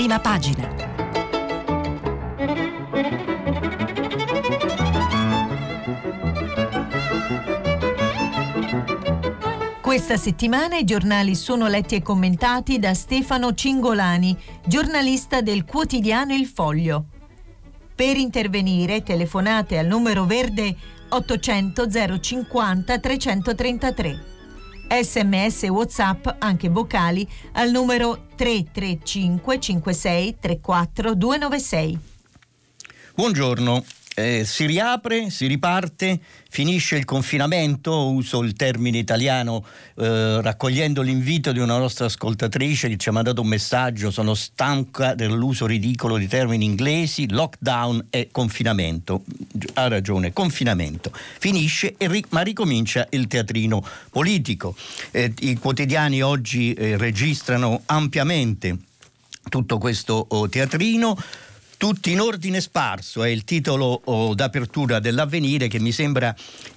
prima pagina. Questa settimana i giornali sono letti e commentati da Stefano Cingolani, giornalista del quotidiano Il Foglio. Per intervenire telefonate al numero verde 800 050 333. SMS e WhatsApp, anche vocali, al numero 335 56 34 296. Buongiorno. Si riapre, si riparte, finisce il confinamento, uso il termine italiano raccogliendo l'invito di una nostra ascoltatrice che ci ha mandato un messaggio: sono stanca dell'uso ridicolo di termini inglesi, lockdown e confinamento. Ha ragione, confinamento. Finisce, ma ricomincia il teatrino politico. I quotidiani oggi registrano ampiamente tutto questo teatrino. Tutti in ordine sparso è il titolo d'apertura dell'Avvenire, che mi sembra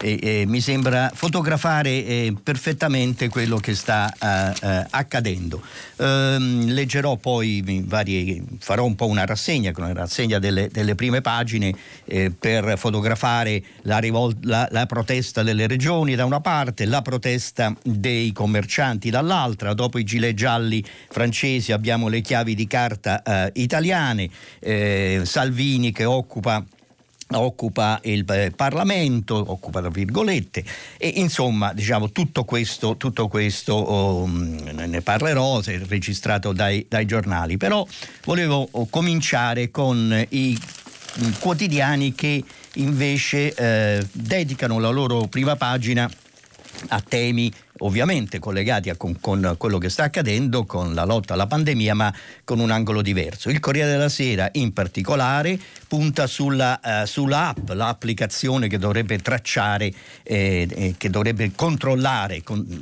fotografare perfettamente quello che sta accadendo. Leggerò poi farò un po' una rassegna delle prime pagine per fotografare la protesta delle regioni da una parte, la protesta dei commercianti dall'altra. Dopo i gilet gialli francesi abbiamo le chiavi di carta italiane. Salvini che occupa il Parlamento, occupa tra virgolette, e insomma diciamo tutto questo ne parlerò, è registrato dai giornali. Però volevo cominciare con i quotidiani che invece dedicano la loro prima pagina a temi ovviamente collegati con quello che sta accadendo, con la lotta alla pandemia, ma con un angolo diverso. Il Corriere della Sera in particolare punta sulla app, l'applicazione che dovrebbe tracciare, che dovrebbe controllare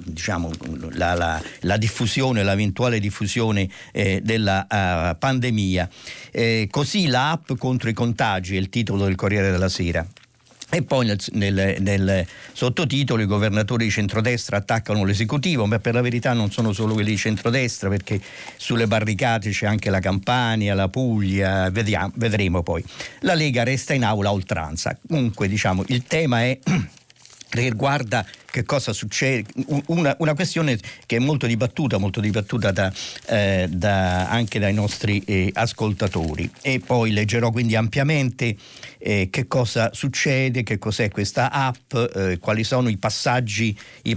la diffusione, l'eventuale diffusione della pandemia. Così l'app contro i contagi è il titolo del Corriere della Sera. E poi nel sottotitolo i governatori di centrodestra attaccano l'esecutivo, ma per la verità non sono solo quelli di centrodestra, perché sulle barricate c'è anche la Campania, la Puglia, vedremo poi. La Lega resta in aula a oltranza. Comunque diciamo il tema è riguarda che cosa succede, una questione che è molto dibattuta anche dai nostri ascoltatori, e poi leggerò quindi ampiamente che cosa succede, che cos'è questa app, quali sono i passaggi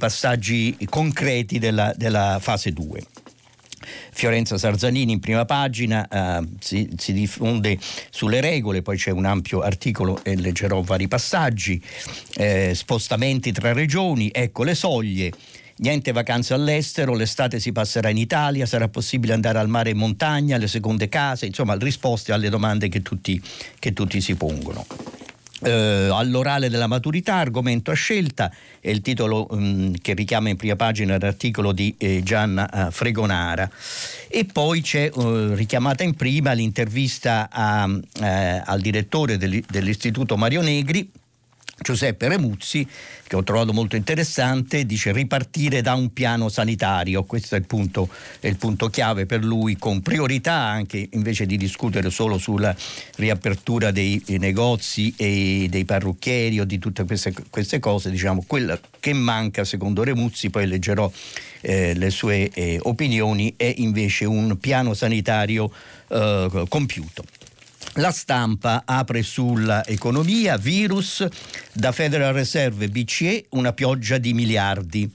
concreti della fase 2. Fiorenza Sarzanini in prima pagina si diffonde sulle regole, poi c'è un ampio articolo e leggerò vari passaggi. Spostamenti tra regioni, ecco le soglie. Niente vacanze all'estero, l'estate si passerà in Italia, sarà possibile andare al mare e in montagna, le seconde case, insomma risposte alle domande che tutti si pongono. All'orale della maturità, argomento a scelta, è il titolo che richiama in prima pagina l'articolo di Gianna Fregonara. E poi c'è richiamata in prima l'intervista al direttore dell'Istituto Mario Negri, Giuseppe Remuzzi, che ho trovato molto interessante. Dice: ripartire da un piano sanitario, questo è il punto chiave per lui, con priorità anche, invece di discutere solo sulla riapertura dei negozi e dei parrucchieri o di tutte queste cose. Diciamo, quella che manca secondo Remuzzi, poi leggerò le sue opinioni, è invece un piano sanitario compiuto. La Stampa apre sull'economia, virus, da Federal Reserve BCE una pioggia di miliardi.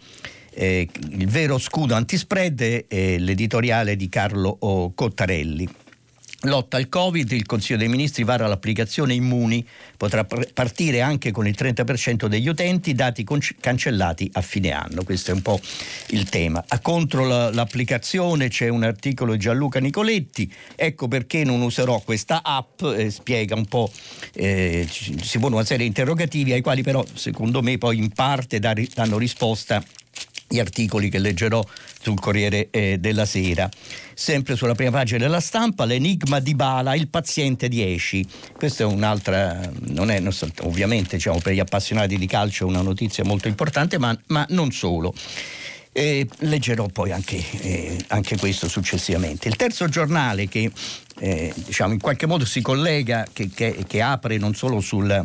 Il vero scudo antispread è l'editoriale di Carlo Cottarelli. Lotta al Covid, il Consiglio dei Ministri vara l'applicazione Immuni, potrà partire anche con il 30% degli utenti, dati cancellati a fine anno. Questo è un po' il tema. Contro l'applicazione c'è un articolo di Gianluca Nicoletti, ecco perché non userò questa app, spiega un po', si pone una serie di interrogativi ai quali però secondo me poi in parte danno risposta gli articoli che leggerò sul Corriere della Sera. Sempre sulla prima pagina della Stampa, l'enigma di Bala, il paziente 10. Questa è un'altra, ovviamente diciamo per gli appassionati di calcio una notizia molto importante, ma non solo. Leggerò poi anche questo successivamente. Il terzo giornale che diciamo in qualche modo si collega, che apre non solo sulle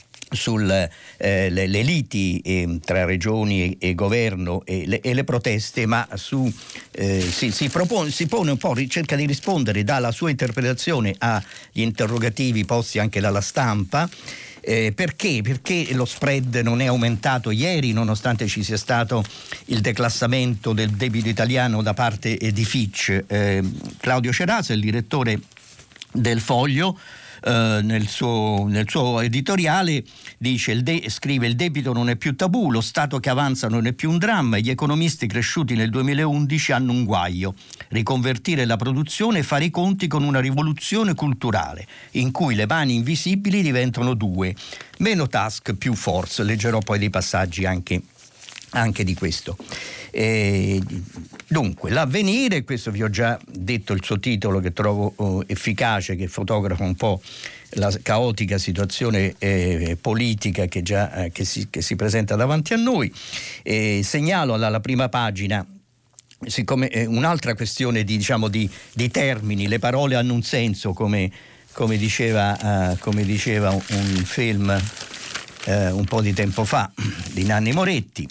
liti tra regioni e governo e le proteste, ma si pone un po', cerca di rispondere dalla sua interpretazione agli interrogativi posti anche dalla stampa. Perché? Perché lo spread non è aumentato ieri, nonostante ci sia stato il declassamento del debito italiano da parte di Fitch. Claudio Cerasa, il direttore del Foglio, nel suo editoriale scrive: il debito non è più tabù, lo Stato che avanza non è più un dramma, gli economisti cresciuti nel 2011 hanno un guaio: riconvertire la produzione e fare i conti con una rivoluzione culturale in cui le mani invisibili diventano due, meno task più force. Leggerò poi dei passaggi anche di questo. Dunque, l'Avvenire, questo vi ho già detto il suo titolo, che trovo efficace, che fotografa un po' la caotica situazione politica che si presenta davanti a noi. Segnalo dalla prima pagina, siccome un'altra questione di termini, le parole hanno un senso, come diceva un film un po' di tempo fa di Nanni Moretti.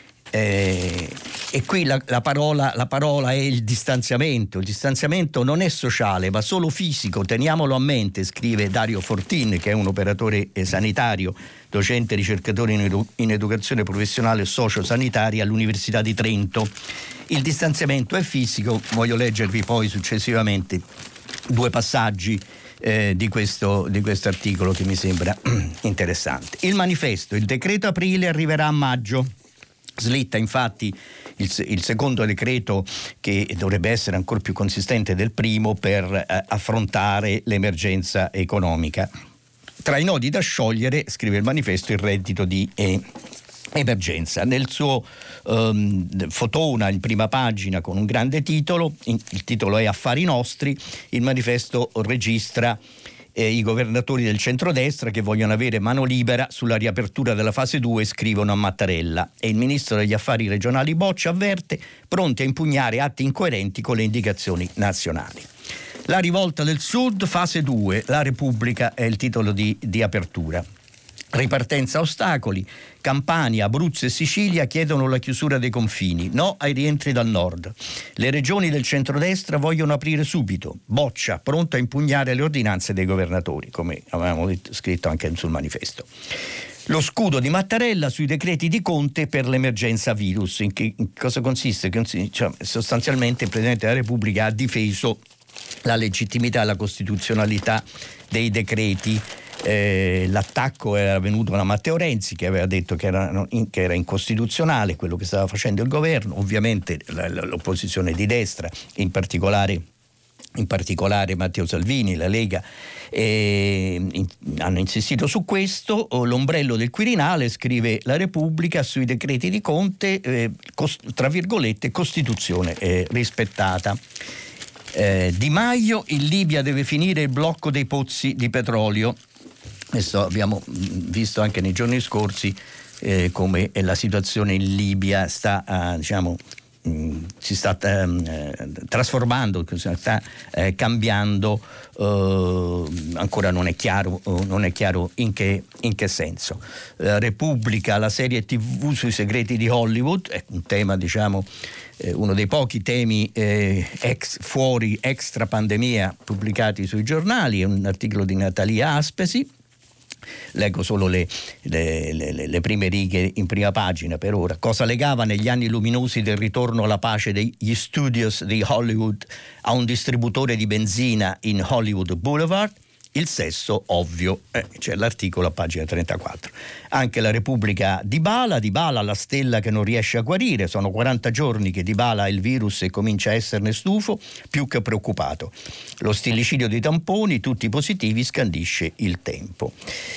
E qui la parola è il distanziamento. Il distanziamento non è sociale ma solo fisico, teniamolo a mente, scrive Dario Fortin, che è un operatore sanitario, docente e ricercatore in educazione professionale e sociosanitaria all'Università di Trento. Il distanziamento è fisico. Voglio leggervi poi successivamente due passaggi di questo articolo che mi sembra interessante. Il manifesto: il decreto aprile arriverà a maggio. Slitta infatti il secondo decreto, che dovrebbe essere ancora più consistente del primo per affrontare l'emergenza economica. Tra i nodi da sciogliere, scrive il manifesto, il reddito di emergenza. Nel suo fotona in prima pagina con un grande titolo, il titolo è Affari nostri, il manifesto registra i governatori del centrodestra che vogliono avere mano libera sulla riapertura della fase 2, scrivono a Mattarella, e il ministro degli affari regionali Boccia avverte: pronti a impugnare atti incoerenti con le indicazioni nazionali. La rivolta del Sud, fase 2, la Repubblica è il titolo di apertura. Ripartenza ostacoli, Campania, Abruzzo e Sicilia chiedono la chiusura dei confini, no ai rientri dal nord. Le regioni del centrodestra vogliono aprire subito. Boccia pronto a impugnare le ordinanze dei governatori, come avevamo scritto anche sul manifesto. Lo scudo di Mattarella sui decreti di Conte per l'emergenza virus. In cosa consiste? Sostanzialmente il Presidente della Repubblica ha difeso la legittimità e la costituzionalità dei decreti. L'attacco era venuto da Matteo Renzi, che aveva detto che era incostituzionale quello che stava facendo il governo. Ovviamente l'opposizione di destra, in particolare Matteo Salvini, la Lega, hanno insistito su questo. L'ombrello del Quirinale, scrive la Repubblica, sui decreti di Conte, tra virgolette, Costituzione rispettata. Di Maio: in Libia deve finire il blocco dei pozzi di petrolio. Questo abbiamo visto anche nei giorni scorsi, come la situazione in Libia si sta trasformando, sta cambiando. Ancora non è chiaro in che senso. Repubblica: la serie TV sui segreti di Hollywood, è un tema, uno dei pochi temi extra pandemia pubblicati sui giornali. È un articolo di Natalia Aspesi. Leggo solo le prime righe in prima pagina per ora. Cosa legava negli anni luminosi del ritorno alla pace degli studios di Hollywood a un distributore di benzina in Hollywood Boulevard? Il sesso, ovvio. C'è l'articolo a pagina 34. Anche la Repubblica: Dybala, la stella che non riesce a guarire. Sono 40 giorni che Dybala ha il virus e comincia a esserne stufo, più che preoccupato. Lo stillicidio dei tamponi, tutti positivi, scandisce il Tempo.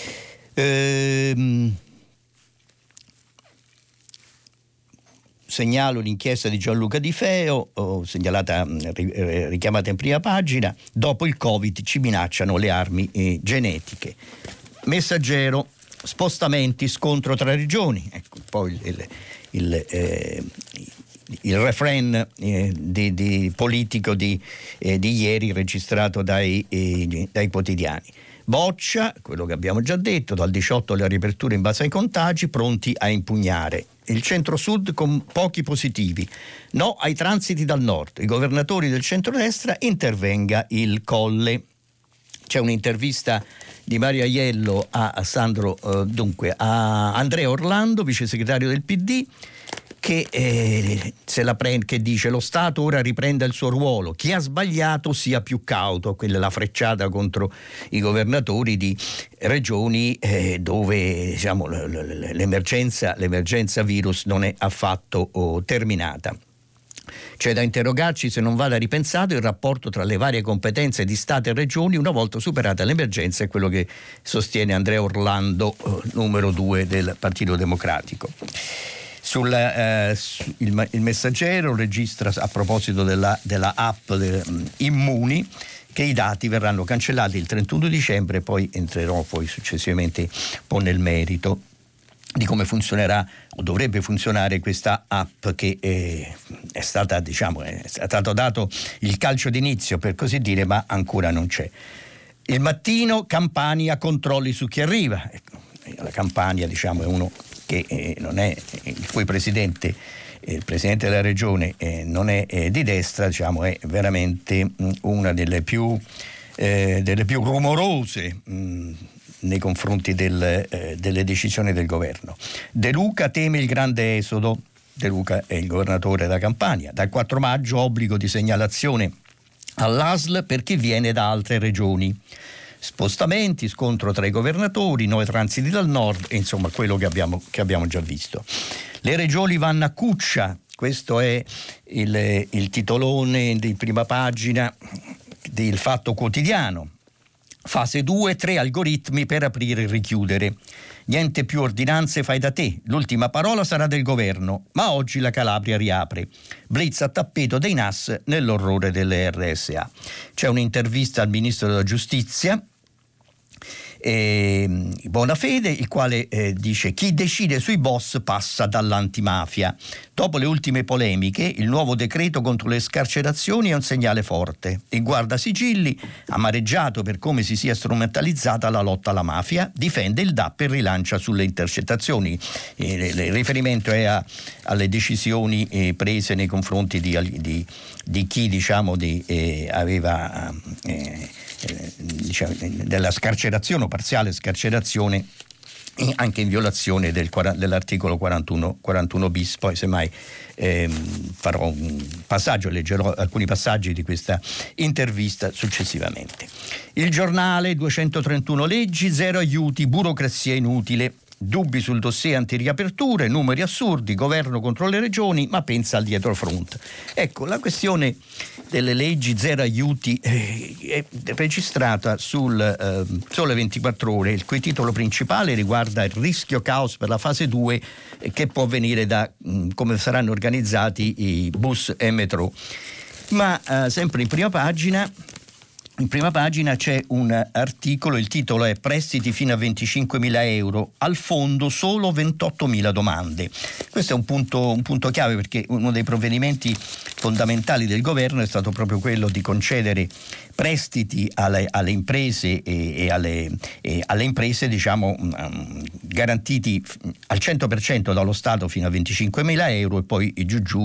Segnalo l'inchiesta di Gianluca Di Feo, richiamata in prima pagina. Dopo il Covid ci minacciano le armi genetiche. Messaggero: spostamenti, scontro tra regioni. Ecco, poi il refrain politico di ieri registrato dai quotidiani. Boccia, quello che abbiamo già detto, dal 18 le riaperture in base ai contagi, pronti a impugnare. Il centro-sud con pochi positivi, no ai transiti dal nord, i governatori del centrodestra, intervenga il Colle. C'è un'intervista di Mario Aiello a Andrea Orlando, vice segretario del PD, che dice: lo Stato ora riprenda il suo ruolo, chi ha sbagliato sia più cauto. Quella è la frecciata contro i governatori di regioni dove l'emergenza virus non è affatto terminata. C'è da interrogarci se non vada ripensato il rapporto tra le varie competenze di Stato e Regioni una volta superata l'emergenza, è quello che sostiene Andrea Orlando, numero 2 del Partito Democratico. Il Messaggero registra, a proposito della app Immuni, che i dati verranno cancellati il 31 dicembre, poi entrerò successivamente un po' nel merito di come funzionerà o dovrebbe funzionare questa app che è stato dato il calcio d'inizio, per così dire, ma ancora non c'è. Il Mattino, Campania, controlli su chi arriva. La Campania è uno che non è, il cui presidente, il presidente della regione non è di destra, è veramente una delle più rumorose nei confronti delle decisioni del governo. De Luca teme il grande esodo. De Luca è il governatore della Campania. Dal 4 maggio obbligo di segnalazione all'ASL per chi viene da altre regioni. Spostamenti, scontro tra i governatori, 9 transiti dal nord, e insomma quello che abbiamo già visto. Le regioni vanno a cuccia, questo è il titolone di prima pagina del Fatto Quotidiano. Fase 2, 3 algoritmi per aprire e richiudere. Niente più ordinanze fai da te, l'ultima parola sarà del governo, ma oggi la Calabria riapre. Blitz a tappeto dei NAS nell'orrore delle RSA. C'è un'intervista al ministro della Giustizia, Bonafede, il quale dice: chi decide sui boss passa dall'antimafia. Dopo le ultime polemiche, il nuovo decreto contro le scarcerazioni è un segnale forte. Il Guardasigilli, amareggiato per come si sia strumentalizzata la lotta alla mafia, difende il DAP e rilancia sulle intercettazioni. Il riferimento è alle decisioni prese nei confronti di chi aveva della scarcerazione o parziale scarcerazione, anche in violazione dell'articolo 41 bis. Poi semmai farò un passaggio, leggerò alcuni passaggi di questa intervista successivamente. Il Giornale, 231 leggi, 0 aiuti, burocrazia inutile. Dubbi sul dossier antiriaperture, numeri assurdi, governo contro le regioni, ma pensa al dietrofront. Ecco, la questione delle leggi, 0 aiuti, è registrata sul Sole 24 Ore, il cui titolo principale riguarda il rischio caos per la fase 2 che può venire da come saranno organizzati i bus e metro. Ma sempre in prima pagina c'è un articolo, il titolo è prestiti fino a 25.000 euro, al fondo solo 28.000 domande. Questo è un punto chiave, perché uno dei provvedimenti fondamentali del governo è stato proprio quello di concedere prestiti alle imprese e alle imprese garantiti al 100% dallo Stato fino a 25.000 euro e poi giù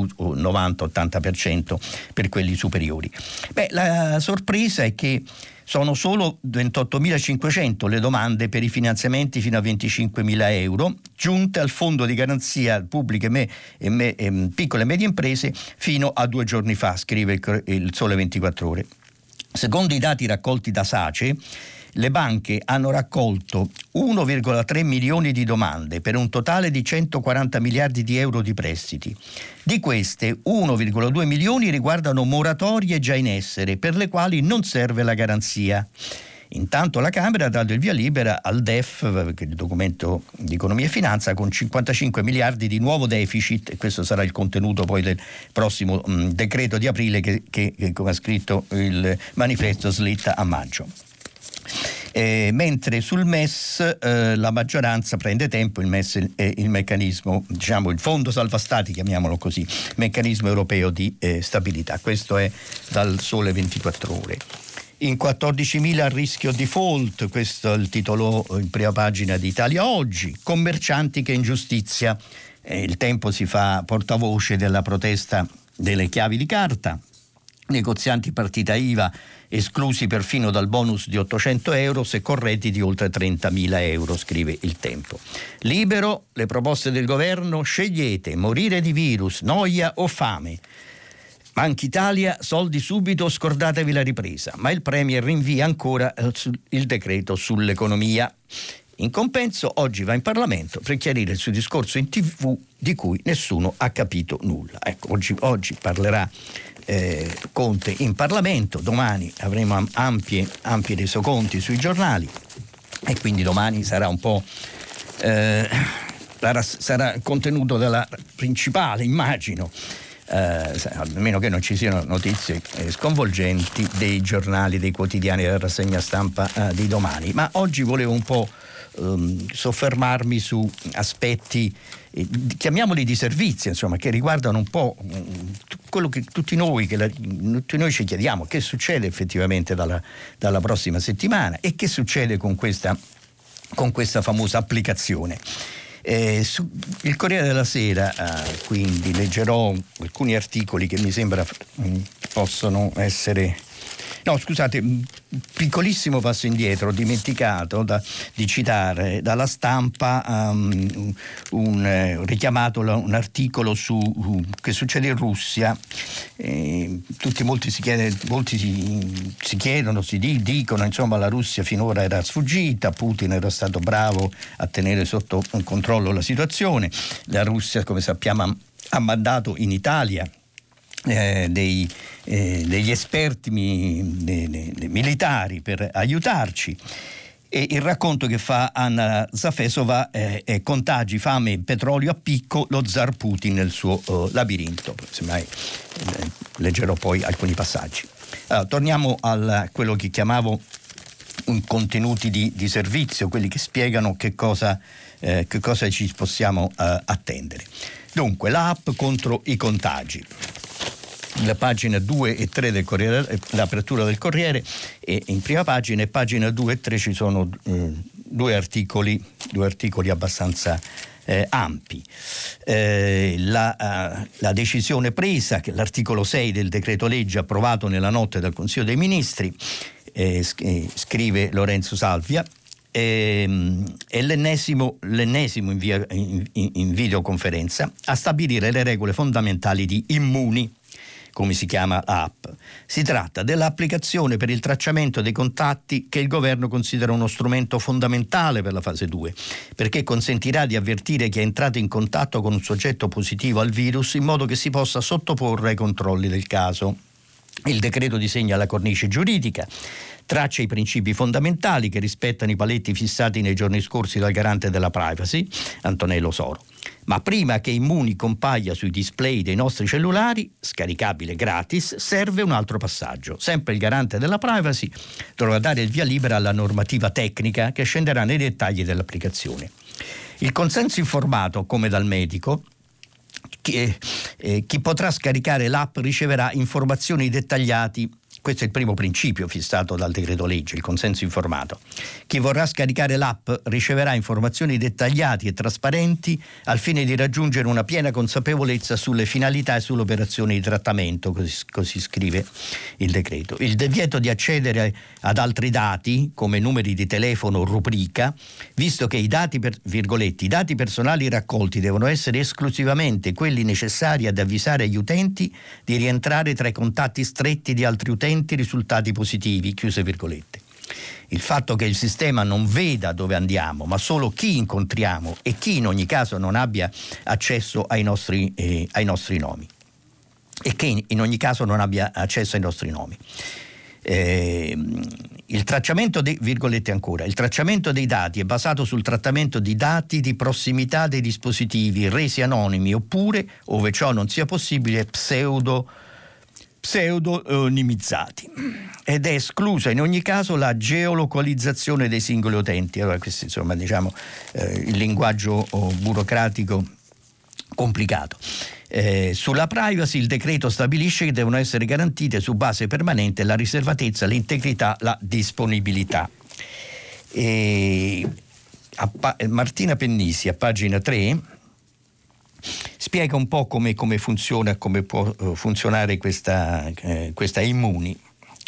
90-80% per quelli superiori. La sorpresa è che sono solo 28.500 le domande per i finanziamenti fino a 25.000 euro giunte al fondo di garanzia pubbliche piccole e medie imprese fino a 2 giorni fa, scrive il Sole 24 Ore. Secondo i dati raccolti da SACE, le banche hanno raccolto 1,3 milioni di domande per un totale di 140 miliardi di euro di prestiti. Di queste 1,2 milioni riguardano moratorie già in essere, per le quali non serve la garanzia. Intanto la Camera ha dato il via libera al DEF, il documento di economia e finanza, con 55 miliardi di nuovo deficit, e questo sarà il contenuto poi del prossimo decreto di aprile che come ha scritto il manifesto, slitta a maggio. mentre sul MES la maggioranza prende tempo. Il MES è il meccanismo, diciamo il Fondo Salva Stati, chiamiamolo così, meccanismo europeo di stabilità. Questo è dal Sole 24 Ore. In 14.000 a rischio default, questo è il titolo in prima pagina di Italia Oggi. Commercianti che in giustizia. Il Tempo si fa portavoce della protesta delle chiavi di carta. Negozianti partita IVA esclusi perfino dal bonus di 800 euro se con redditi di oltre 30.000 euro, scrive il Tempo. Libero, le proposte del governo, scegliete, morire di virus, noia o fame. Banca Italia, soldi subito, scordatevi la ripresa, ma il Premier rinvia ancora il decreto sull'economia. In compenso oggi va in Parlamento per chiarire il suo discorso in TV di cui nessuno ha capito nulla. Ecco, oggi parlerà Conte in Parlamento, domani avremo ampi resoconti sui giornali e quindi domani sarà un po' sarà il contenuto della principale, immagino, almeno che non ci siano notizie sconvolgenti dei giornali, dei quotidiani della rassegna stampa di domani. Ma oggi volevo un po' soffermarmi su aspetti, chiamiamoli di servizio, insomma, che riguardano un po' quello che tutti noi ci chiediamo: che succede effettivamente dalla prossima settimana e che succede con questa famosa applicazione. Il Corriere della Sera, quindi leggerò alcuni articoli che mi sembra possono essere... No, scusate, piccolissimo passo indietro, ho dimenticato di citare dalla Stampa richiamato un articolo su che succede in Russia. Molti si chiedono, dicono, insomma, la Russia finora era sfuggita, Putin era stato bravo a tenere sotto controllo la situazione. La Russia, come sappiamo, ha mandato in Italia degli esperti militari per aiutarci, e il racconto che fa Anna Zafesova è contagi, fame e petrolio a picco, lo zar Putin nel suo labirinto. Semmai leggerò poi alcuni passaggi. Allora, torniamo a quello che chiamavo contenuti di servizio, quelli che spiegano che cosa ci possiamo attendere. Dunque, l'app contro i contagi. La pagina 2 e 3 del Corriere, l'apertura del Corriere, e in prima pagina e pagina 2 e 3 ci sono due articoli abbastanza ampi. La decisione presa, che l'articolo 6 del decreto legge approvato nella notte dal Consiglio dei Ministri, scrive Lorenzo Salvia, è l'ennesimo in videoconferenza a stabilire le regole fondamentali di Immuni, come si chiama l'app. Si tratta dell'applicazione per il tracciamento dei contatti che il governo considera uno strumento fondamentale per la fase 2, perché consentirà di avvertire chi è entrato in contatto con un soggetto positivo al virus in modo che si possa sottoporre ai controlli del caso. Il decreto disegna la cornice giuridica, traccia i principi fondamentali che rispettano i paletti fissati nei giorni scorsi dal garante della privacy, Antonello Soro. Ma prima che Immuni compaia sui display dei nostri cellulari, scaricabile gratis, serve un altro passaggio. Sempre il garante della privacy dovrà dare il via libera alla normativa tecnica che scenderà nei dettagli dell'applicazione. Il consenso informato, come dal medico, chi potrà scaricare l'app riceverà informazioni dettagliate. Questo è il primo principio fissato dal decreto legge, il consenso informato. Chi vorrà scaricare l'app riceverà informazioni dettagliate e trasparenti al fine di raggiungere una piena consapevolezza sulle finalità e sull'operazione di trattamento, così scrive il decreto. Il divieto di accedere ad altri dati, come numeri di telefono o rubrica, visto che i dati personali raccolti devono essere esclusivamente quelli necessari ad avvisare gli utenti di rientrare tra i contatti stretti di altri utenti risultati positivi, chiuse virgolette. Il fatto che il sistema non veda dove andiamo, ma solo chi incontriamo e chi in ogni caso non abbia accesso ai nostri nomi. Il tracciamento il tracciamento dei dati è basato sul trattamento di dati di prossimità dei dispositivi resi anonimi oppure, ove ciò non sia possibile, pseudonimizzati ed è esclusa in ogni caso la geolocalizzazione dei singoli utenti. Allora questo insomma diciamo il linguaggio burocratico complicato. Sulla privacy il decreto stabilisce che devono essere garantite su base permanente la riservatezza, l'integrità, la disponibilità. Martina Pennisi a pagina 3 spiega un po' come funziona, come può funzionare questa Immuni.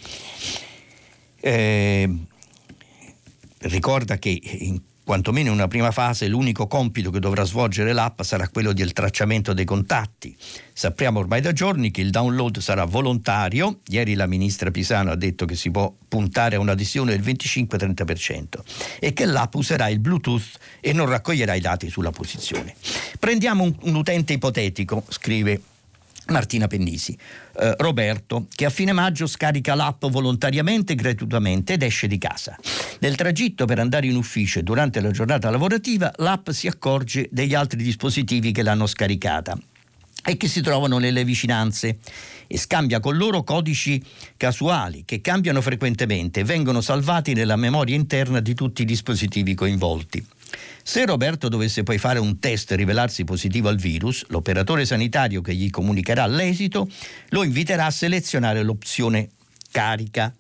Ricorda che quantomeno in una prima fase l'unico compito che dovrà svolgere l'app sarà quello del tracciamento dei contatti. Sappiamo ormai da giorni che il download sarà volontario. Ieri la ministra Pisano ha detto che si può puntare a un'adesione del 25-30% e che l'app userà il Bluetooth e non raccoglierà i dati sulla posizione. Prendiamo un utente ipotetico, scrive Martina Pennisi, Roberto, che a fine maggio scarica l'app volontariamente e gratuitamente ed esce di casa. Nel tragitto per andare in ufficio e durante la giornata lavorativa l'app si accorge degli altri dispositivi che l'hanno scaricata e che si trovano nelle vicinanze e scambia con loro codici casuali che cambiano frequentemente e vengono salvati nella memoria interna di tutti i dispositivi coinvolti. Se Roberto dovesse poi fare un test e rivelarsi positivo al virus, l'operatore sanitario che gli comunicherà l'esito lo inviterà a selezionare l'opzione carica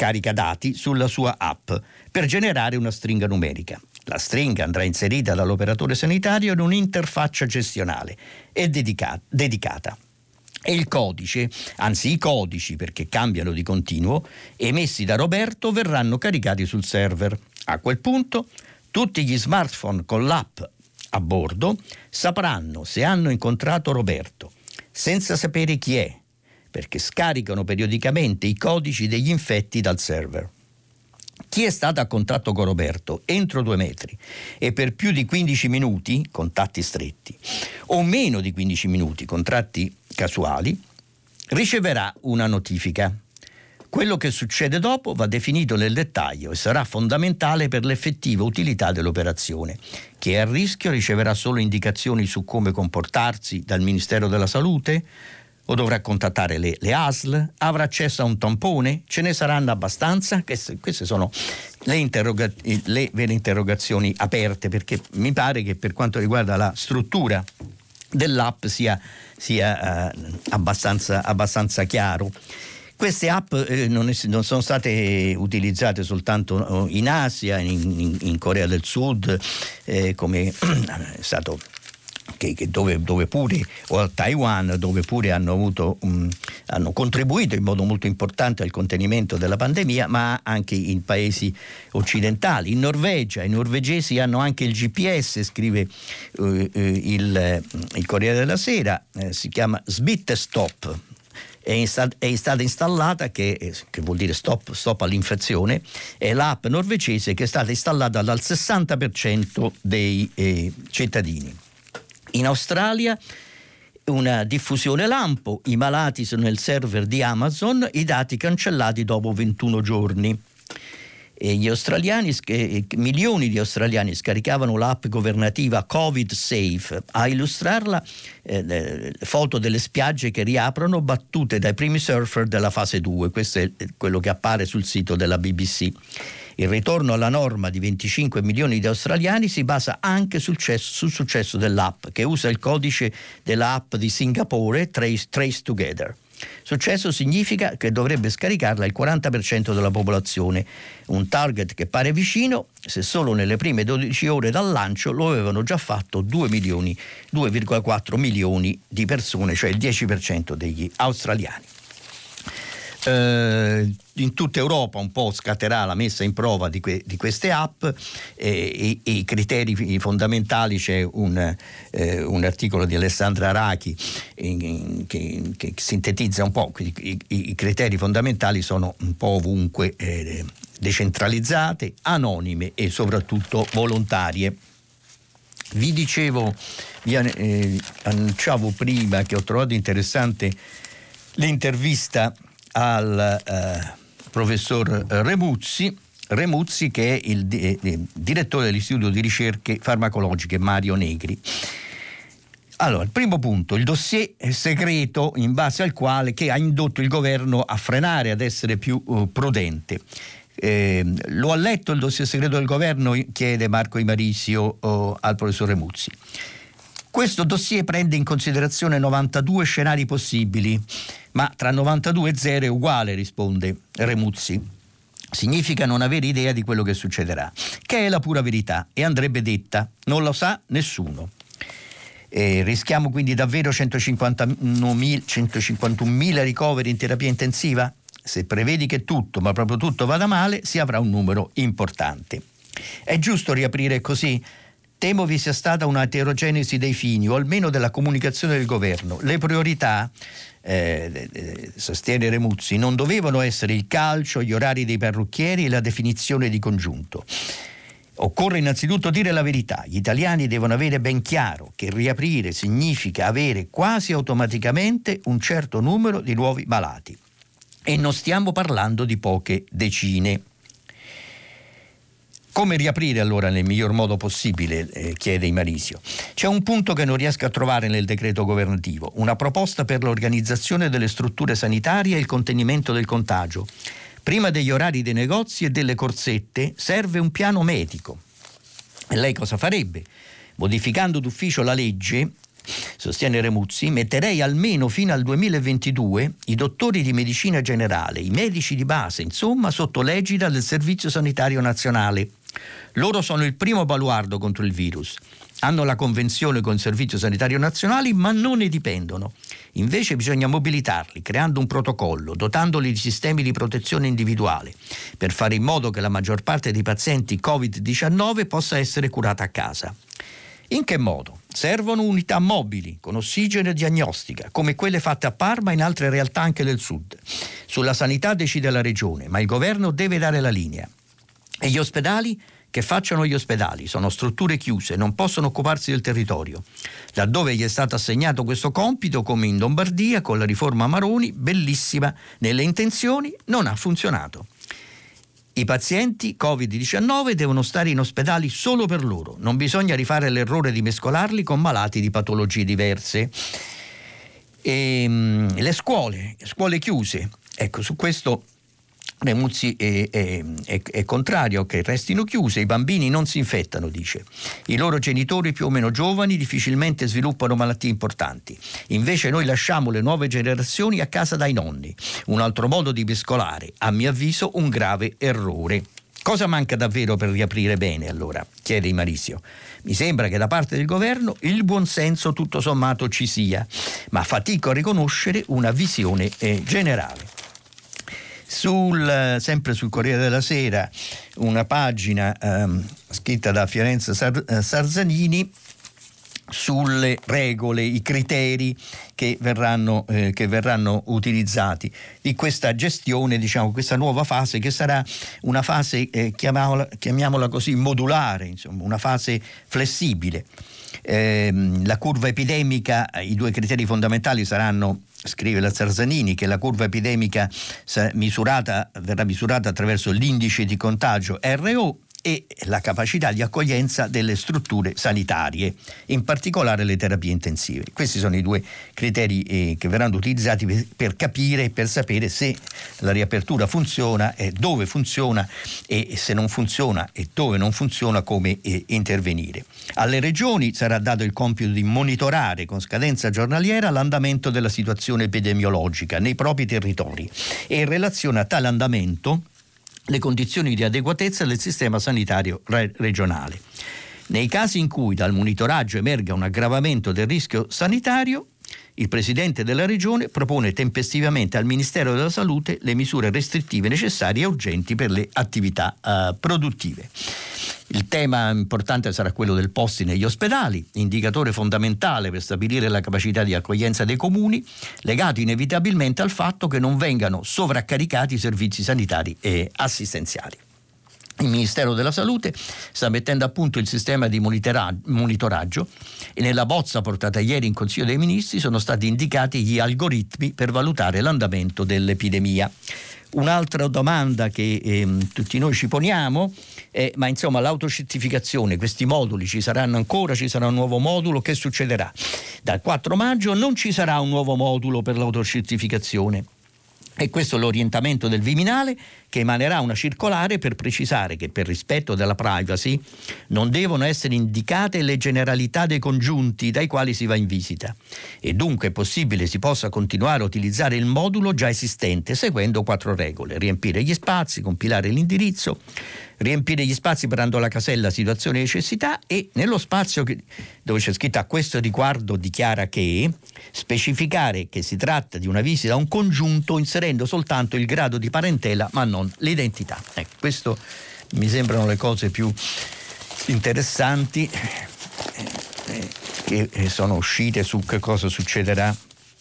dati sulla sua app per generare una stringa numerica. La stringa andrà inserita dall'operatore sanitario in un'interfaccia gestionale e dedicata. E il codice, anzi i codici, perché cambiano di continuo, emessi da Roberto verranno caricati sul server. A quel punto tutti gli smartphone con l'app a bordo sapranno se hanno incontrato Roberto, senza sapere chi è, perché scaricano periodicamente i codici degli infetti dal server. Chi è stato a contatto con Roberto entro 2 metri e per più di 15 minuti, contatti stretti, o meno di 15 minuti, contatti casuali, riceverà una notifica. Quello che succede dopo va definito nel dettaglio e sarà fondamentale per l'effettiva utilità dell'operazione. Chi è a rischio riceverà solo indicazioni su come comportarsi dal Ministero della Salute o dovrà contattare le ASL? Avrà accesso a un tampone? Ce ne saranno abbastanza? Queste sono le vere interrogazioni aperte, perché mi pare che per quanto riguarda la struttura dell'app sia abbastanza chiaro. Queste app non sono state utilizzate soltanto in Asia, in Corea del Sud, come è stato dove pure, o a Taiwan, dove pure hanno contribuito in modo molto importante al contenimento della pandemia, ma anche in paesi occidentali. In Norvegia i norvegesi hanno anche il GPS, scrive il Corriere della Sera, si chiama Smittestop. È stata installata, che vuol dire stop all'infezione, è l'app norvegese che è stata installata dal 60% dei cittadini. In Australia una diffusione lampo, i malati sono nel server di Amazon, i dati cancellati dopo 21 giorni. E milioni di australiani scaricavano l'app governativa Covid Safe. A illustrarla foto delle spiagge che riaprono battute dai primi surfer della fase 2. Questo è quello che appare sul sito della BBC. Il ritorno alla norma di 25 milioni di australiani si basa anche sul successo dell'app, che usa il codice dell'app di Singapore Trace Together. Successo significa che dovrebbe scaricarla il 40% della popolazione, un target che pare vicino se solo nelle prime 12 ore dal lancio lo avevano già fatto 2,4 milioni di persone, cioè il 10% degli australiani. In tutta Europa un po' scatterà la messa in prova di queste app e i criteri fondamentali. C'è un articolo di Alessandra Arachi che sintetizza un po'. I criteri fondamentali sono un po' ovunque decentralizzate, anonime e soprattutto volontarie. Vi annunciavo prima che ho trovato interessante l'intervista al professor Remuzzi, che è il direttore dell'Istituto di Ricerche Farmacologiche Mario Negri. Allora, il primo punto, il dossier segreto in base al quale che ha indotto il governo a frenare, ad essere più prudente. Lo ha letto il dossier segreto del governo? Chiede Marco Imarisio al professor Remuzzi. Questo dossier prende in considerazione 92 scenari possibili, ma tra 92 e 0 è uguale, risponde Remuzzi. Significa non avere idea di quello che succederà, che è la pura verità e andrebbe detta, non lo sa nessuno. Rischiamo quindi davvero 151.000 ricoveri in terapia intensiva? Se prevedi che tutto, ma proprio tutto vada male, si avrà un numero importante. È giusto riaprire così? Temo vi sia stata una eterogenesi dei fini, o almeno della comunicazione del governo. Le priorità, sostiene Remuzzi, non dovevano essere il calcio, gli orari dei parrucchieri e la definizione di congiunto. Occorre innanzitutto dire la verità. Gli italiani devono avere ben chiaro che riaprire significa avere quasi automaticamente un certo numero di nuovi malati. E non stiamo parlando di poche decine. Come riaprire allora nel miglior modo possibile, chiede Imarisio. C'è un punto che non riesco a trovare nel decreto governativo, una proposta per l'organizzazione delle strutture sanitarie e il contenimento del contagio. Prima degli orari dei negozi e delle corsette serve un piano medico. E lei cosa farebbe? Modificando d'ufficio la legge, sostiene Remuzzi, metterei almeno fino al 2022 i dottori di medicina generale, i medici di base, insomma, sotto l'egida del Servizio Sanitario Nazionale. Loro sono il primo baluardo contro il virus. Hanno la convenzione con il Servizio Sanitario Nazionale, ma non ne dipendono. Invece bisogna mobilitarli, creando un protocollo, dotandoli di sistemi di protezione individuale, per fare in modo che la maggior parte dei pazienti Covid-19 possa essere curata a casa. In che modo? Servono unità mobili, con ossigeno e diagnostica, come quelle fatte a Parma e in altre realtà anche del sud. Sulla sanità decide la regione, ma il governo deve dare la linea. E gli ospedali? Che facciano gli ospedali? Sono strutture chiuse, non possono occuparsi del territorio. Laddove gli è stato assegnato questo compito, come in Lombardia con la riforma Maroni, bellissima nelle intenzioni, non ha funzionato. I pazienti Covid-19 devono stare in ospedali solo per loro, non bisogna rifare l'errore di mescolarli con malati di patologie diverse. Le scuole chiuse, ecco, su questo Remuzzi è contrario che restino chiuse, i bambini non si infettano, dice. I loro genitori più o meno giovani difficilmente sviluppano malattie importanti. Invece noi lasciamo le nuove generazioni a casa dai nonni. Un altro modo di mescolare, a mio avviso, un grave errore. Cosa manca davvero per riaprire bene, allora? Chiede Imarisio. Mi sembra che da parte del governo il buonsenso tutto sommato ci sia, ma fatico a riconoscere una visione generale. Sempre sul Corriere della Sera, una pagina scritta da Fiorenza Sarzanini sulle regole, i criteri che verranno utilizzati di questa gestione, diciamo, questa nuova fase che sarà una fase, chiamiamola così, modulare, insomma, una fase flessibile. La curva epidemica, i due criteri fondamentali saranno, scrive la Sarzanini, che la curva epidemica verrà misurata attraverso l'indice di contagio RO e la capacità di accoglienza delle strutture sanitarie, in particolare le terapie intensive. Questi sono i due criteri che verranno utilizzati per capire e per sapere se la riapertura funziona e dove funziona, e se non funziona e dove non funziona come intervenire. Alle regioni sarà dato il compito di monitorare con scadenza giornaliera l'andamento della situazione epidemiologica nei propri territori e in relazione a tale andamento le condizioni di adeguatezza del sistema sanitario regionale. Nei casi in cui dal monitoraggio emerga un aggravamento del rischio sanitario, il Presidente della Regione propone tempestivamente al Ministero della Salute le misure restrittive necessarie e urgenti per le attività produttive. Il tema importante sarà quello del posti negli ospedali, indicatore fondamentale per stabilire la capacità di accoglienza dei comuni, legato inevitabilmente al fatto che non vengano sovraccaricati i servizi sanitari e assistenziali. Il Ministero della Salute sta mettendo a punto il sistema di monitoraggio e nella bozza portata ieri in Consiglio dei Ministri sono stati indicati gli algoritmi per valutare l'andamento dell'epidemia. Un'altra domanda che tutti noi ci poniamo ma insomma l'autocertificazione, questi moduli ci saranno ancora, ci sarà un nuovo modulo, che succederà? Dal 4 maggio non ci sarà un nuovo modulo per l'autocertificazione. E questo è l'orientamento del Viminale, che emanerà una circolare per precisare che per rispetto della privacy non devono essere indicate le generalità dei congiunti dai quali si va in visita e dunque è possibile si possa continuare a utilizzare il modulo già esistente seguendo 4 regole: riempire gli spazi, compilare l'indirizzo, riempire gli spazi parando la casella situazione di necessità e nello spazio dove c'è scritto a questo riguardo dichiara che, specificare che si tratta di una visita a un congiunto inserendo soltanto il grado di parentela ma non l'identità. Ecco, questo mi sembrano le cose più interessanti che sono uscite su che cosa succederà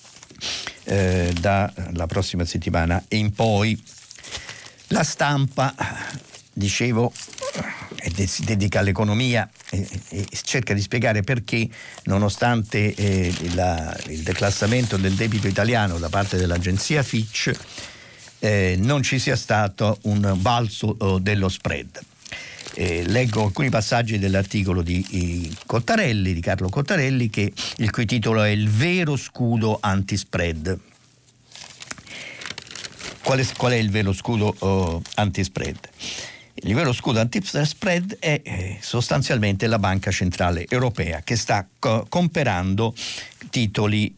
dalla prossima settimana in poi. La Stampa, dicevo, si dedica all'economia e cerca di spiegare perché, nonostante il declassamento del debito italiano da parte dell'agenzia Fitch, non ci sia stato un balzo dello spread. Leggo alcuni passaggi dell'articolo di Carlo Cottarelli, il cui titolo è "Il vero scudo anti-spread". Qual è il vero scudo anti-spread? Il vero scudo anti-spread è sostanzialmente la Banca Centrale Europea, che sta comprando titoli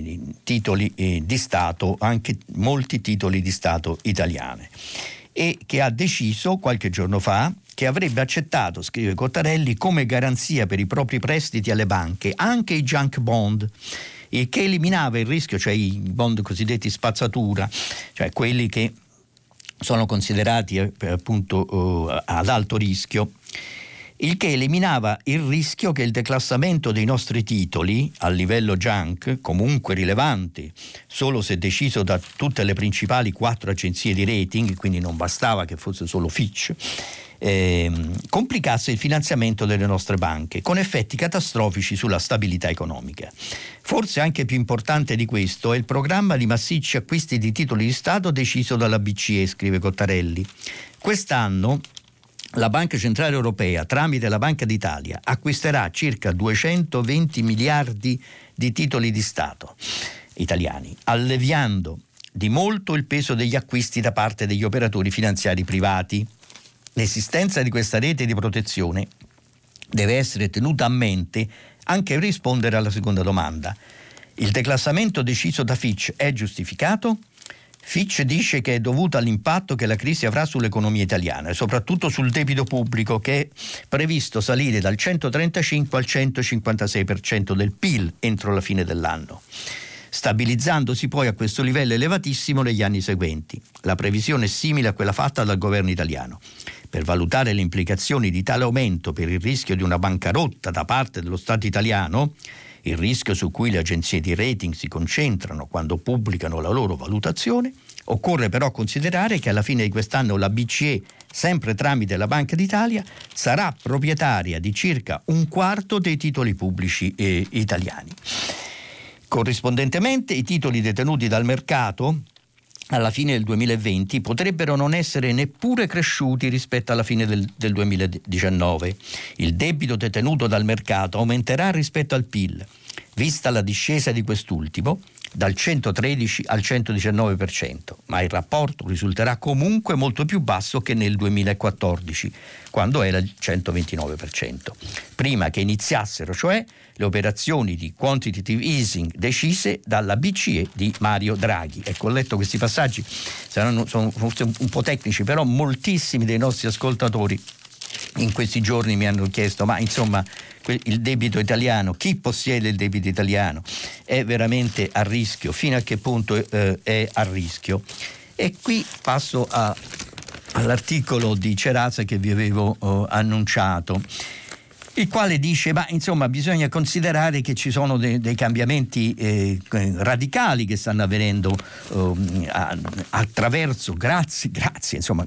di Stato, anche molti titoli di Stato italiani, e che ha deciso qualche giorno fa che avrebbe accettato, scrive Cottarelli, come garanzia per i propri prestiti alle banche anche i junk bond, e che eliminava il rischio, cioè i bond cosiddetti spazzatura, cioè quelli che sono considerati appunto ad alto rischio, il che eliminava il rischio che il declassamento dei nostri titoli a livello junk, comunque rilevante solo se deciso da tutte le principali 4 agenzie di rating, quindi non bastava che fosse solo Fitch, complicasse il finanziamento delle nostre banche con effetti catastrofici sulla stabilità economica. Forse anche più importante di questo è il programma di massicci acquisti di titoli di Stato deciso dalla BCE, scrive Cottarelli. Quest'anno la Banca Centrale Europea, tramite la Banca d'Italia, acquisterà circa 220 miliardi di titoli di Stato italiani, alleviando di molto il peso degli acquisti da parte degli operatori finanziari privati. L'esistenza di questa rete di protezione deve essere tenuta a mente anche per rispondere alla seconda domanda. Il declassamento deciso da Fitch è giustificato? Fitch dice che è dovuto all'impatto che la crisi avrà sull'economia italiana e soprattutto sul debito pubblico, che è previsto salire dal 135 al 156% del PIL entro la fine dell'anno, stabilizzandosi poi a questo livello elevatissimo negli anni seguenti. La previsione è simile a quella fatta dal governo italiano. Per valutare le implicazioni di tale aumento per il rischio di una bancarotta da parte dello Stato italiano, il rischio su cui le agenzie di rating si concentrano quando pubblicano la loro valutazione, occorre però considerare che alla fine di quest'anno la BCE, sempre tramite la Banca d'Italia, sarà proprietaria di circa un quarto dei titoli pubblici italiani. Corrispondentemente, i titoli detenuti dal mercato alla fine del 2020 potrebbero non essere neppure cresciuti rispetto alla fine del 2019. Il debito detenuto dal mercato aumenterà rispetto al PIL, vista la discesa di quest'ultimo dal 113 al 119%, ma il rapporto risulterà comunque molto più basso che nel 2014, quando era il 129%, prima che iniziassero cioè le operazioni di quantitative easing decise dalla BCE di Mario Draghi. Ecco, ho letto questi passaggi, sono forse un po' tecnici, però moltissimi dei nostri ascoltatori in questi giorni mi hanno chiesto, ma insomma il debito italiano, chi possiede il debito italiano è veramente a rischio, fino a che punto è a rischio? E qui passo all'articolo di Ceraza che vi avevo annunciato, il quale dice, ma insomma bisogna considerare che ci sono dei cambiamenti radicali che stanno avvenendo attraverso, grazie insomma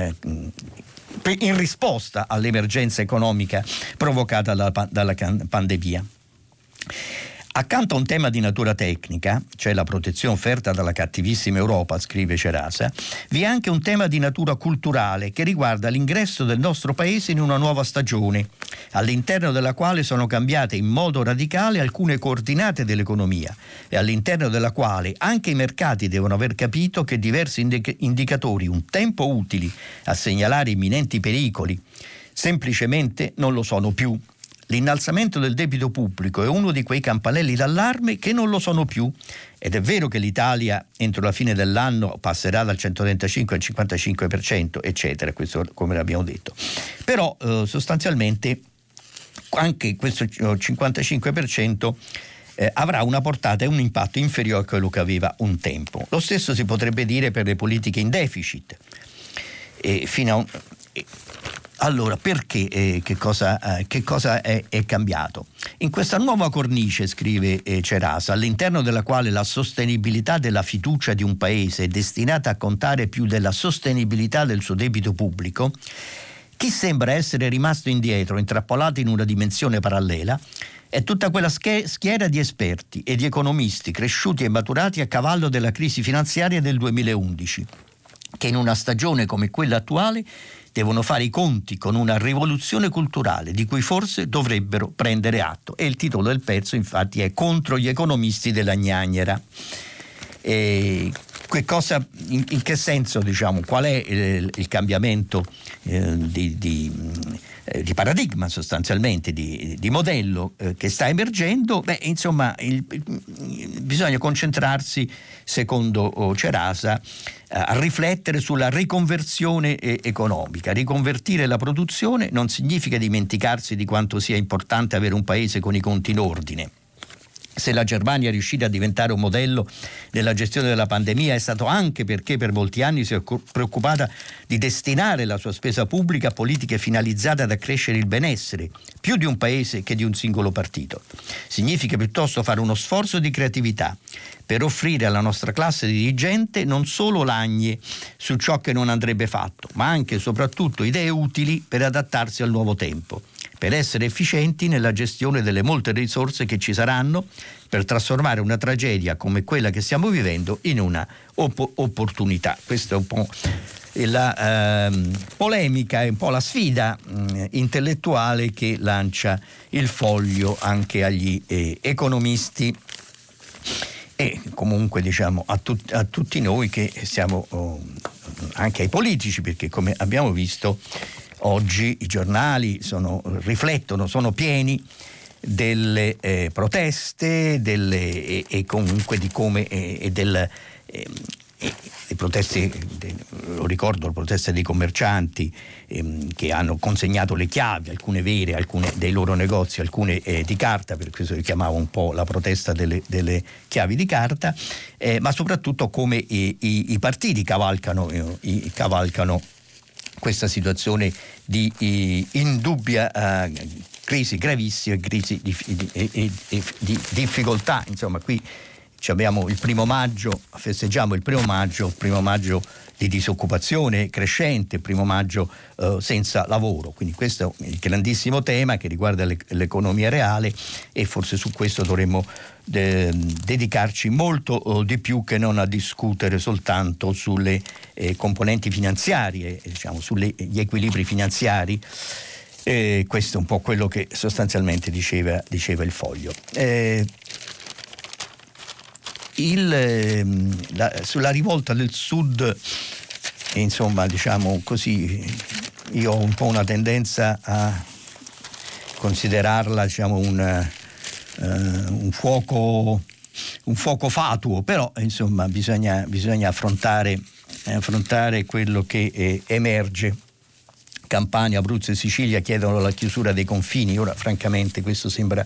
in risposta all'emergenza economica provocata dalla pandemia. Accanto a un tema di natura tecnica, cioè la protezione offerta dalla cattivissima Europa, scrive Cerasa, vi è anche un tema di natura culturale che riguarda l'ingresso del nostro paese in una nuova stagione, all'interno della quale sono cambiate in modo radicale alcune coordinate dell'economia e all'interno della quale anche i mercati devono aver capito che diversi indicatori un tempo utili a segnalare imminenti pericoli semplicemente non lo sono più. L'innalzamento del debito pubblico è uno di quei campanelli d'allarme che non lo sono più, ed è vero che l'Italia entro la fine dell'anno passerà dal 135 al 55%, eccetera, questo come l'abbiamo detto. Però sostanzialmente anche questo 55% avrà una portata e un impatto inferiore a quello che aveva un tempo. Lo stesso si potrebbe dire per le politiche in deficit. Allora, perché che cosa è cambiato? In questa nuova cornice, scrive Cerasa, all'interno della quale la sostenibilità della fiducia di un paese è destinata a contare più della sostenibilità del suo debito pubblico, chi sembra essere rimasto indietro, intrappolato in una dimensione parallela, è tutta quella schiera di esperti e di economisti cresciuti e maturati a cavallo della crisi finanziaria del 2011, che in una stagione come quella attuale devono fare i conti con una rivoluzione culturale di cui forse dovrebbero prendere atto. E il titolo del pezzo infatti è Contro gli economisti della gnagnera. In che senso, diciamo, qual è il cambiamento di paradigma, sostanzialmente di modello che sta emergendo? Insomma, bisogna concentrarsi, secondo Cerasa, a riflettere sulla riconversione economica. Riconvertire la produzione non significa dimenticarsi di quanto sia importante avere un paese con i conti in ordine. Se la Germania è riuscita a diventare un modello nella gestione della pandemia è stato anche perché per molti anni si è preoccupata di destinare la sua spesa pubblica a politiche finalizzate ad accrescere il benessere, più di un paese che di un singolo partito. Significa piuttosto fare uno sforzo di creatività per offrire alla nostra classe dirigente non solo lagne su ciò che non andrebbe fatto, ma anche e soprattutto idee utili per adattarsi al nuovo tempo, per essere efficienti nella gestione delle molte risorse che ci saranno, per trasformare una tragedia come quella che stiamo vivendo in una opportunità. Questa è un po' la polemica, è un po' la sfida intellettuale che lancia il Foglio anche agli economisti e comunque, diciamo, a tutti noi che siamo, anche ai politici, perché come abbiamo visto oggi i giornali riflettono, sono pieni delle proteste e comunque di come le proteste, lo ricordo, le proteste dei commercianti che hanno consegnato le chiavi, alcune vere, alcune dei loro negozi, alcune di carta, per questo richiamavo un po' la protesta delle chiavi di carta, ma soprattutto come i partiti cavalcano questa situazione di indubbia crisi gravissima, crisi di difficoltà. Insomma, qui abbiamo il 1° maggio, festeggiamo il 1° maggio di disoccupazione crescente, il 1° maggio senza lavoro. Quindi questo è il grandissimo tema che riguarda l'economia reale e forse su questo dovremmo dedicarci molto di più che non a discutere soltanto sulle componenti finanziarie, diciamo, sugli equilibri finanziari. Questo è un po' quello che sostanzialmente diceva il Foglio. Sulla rivolta del Sud, insomma, diciamo così, io ho un po' una tendenza a considerarla, diciamo, un fuoco fatuo, però insomma bisogna affrontare quello che emerge. Campania, Abruzzo e Sicilia chiedono la chiusura dei confini. Ora francamente questo sembra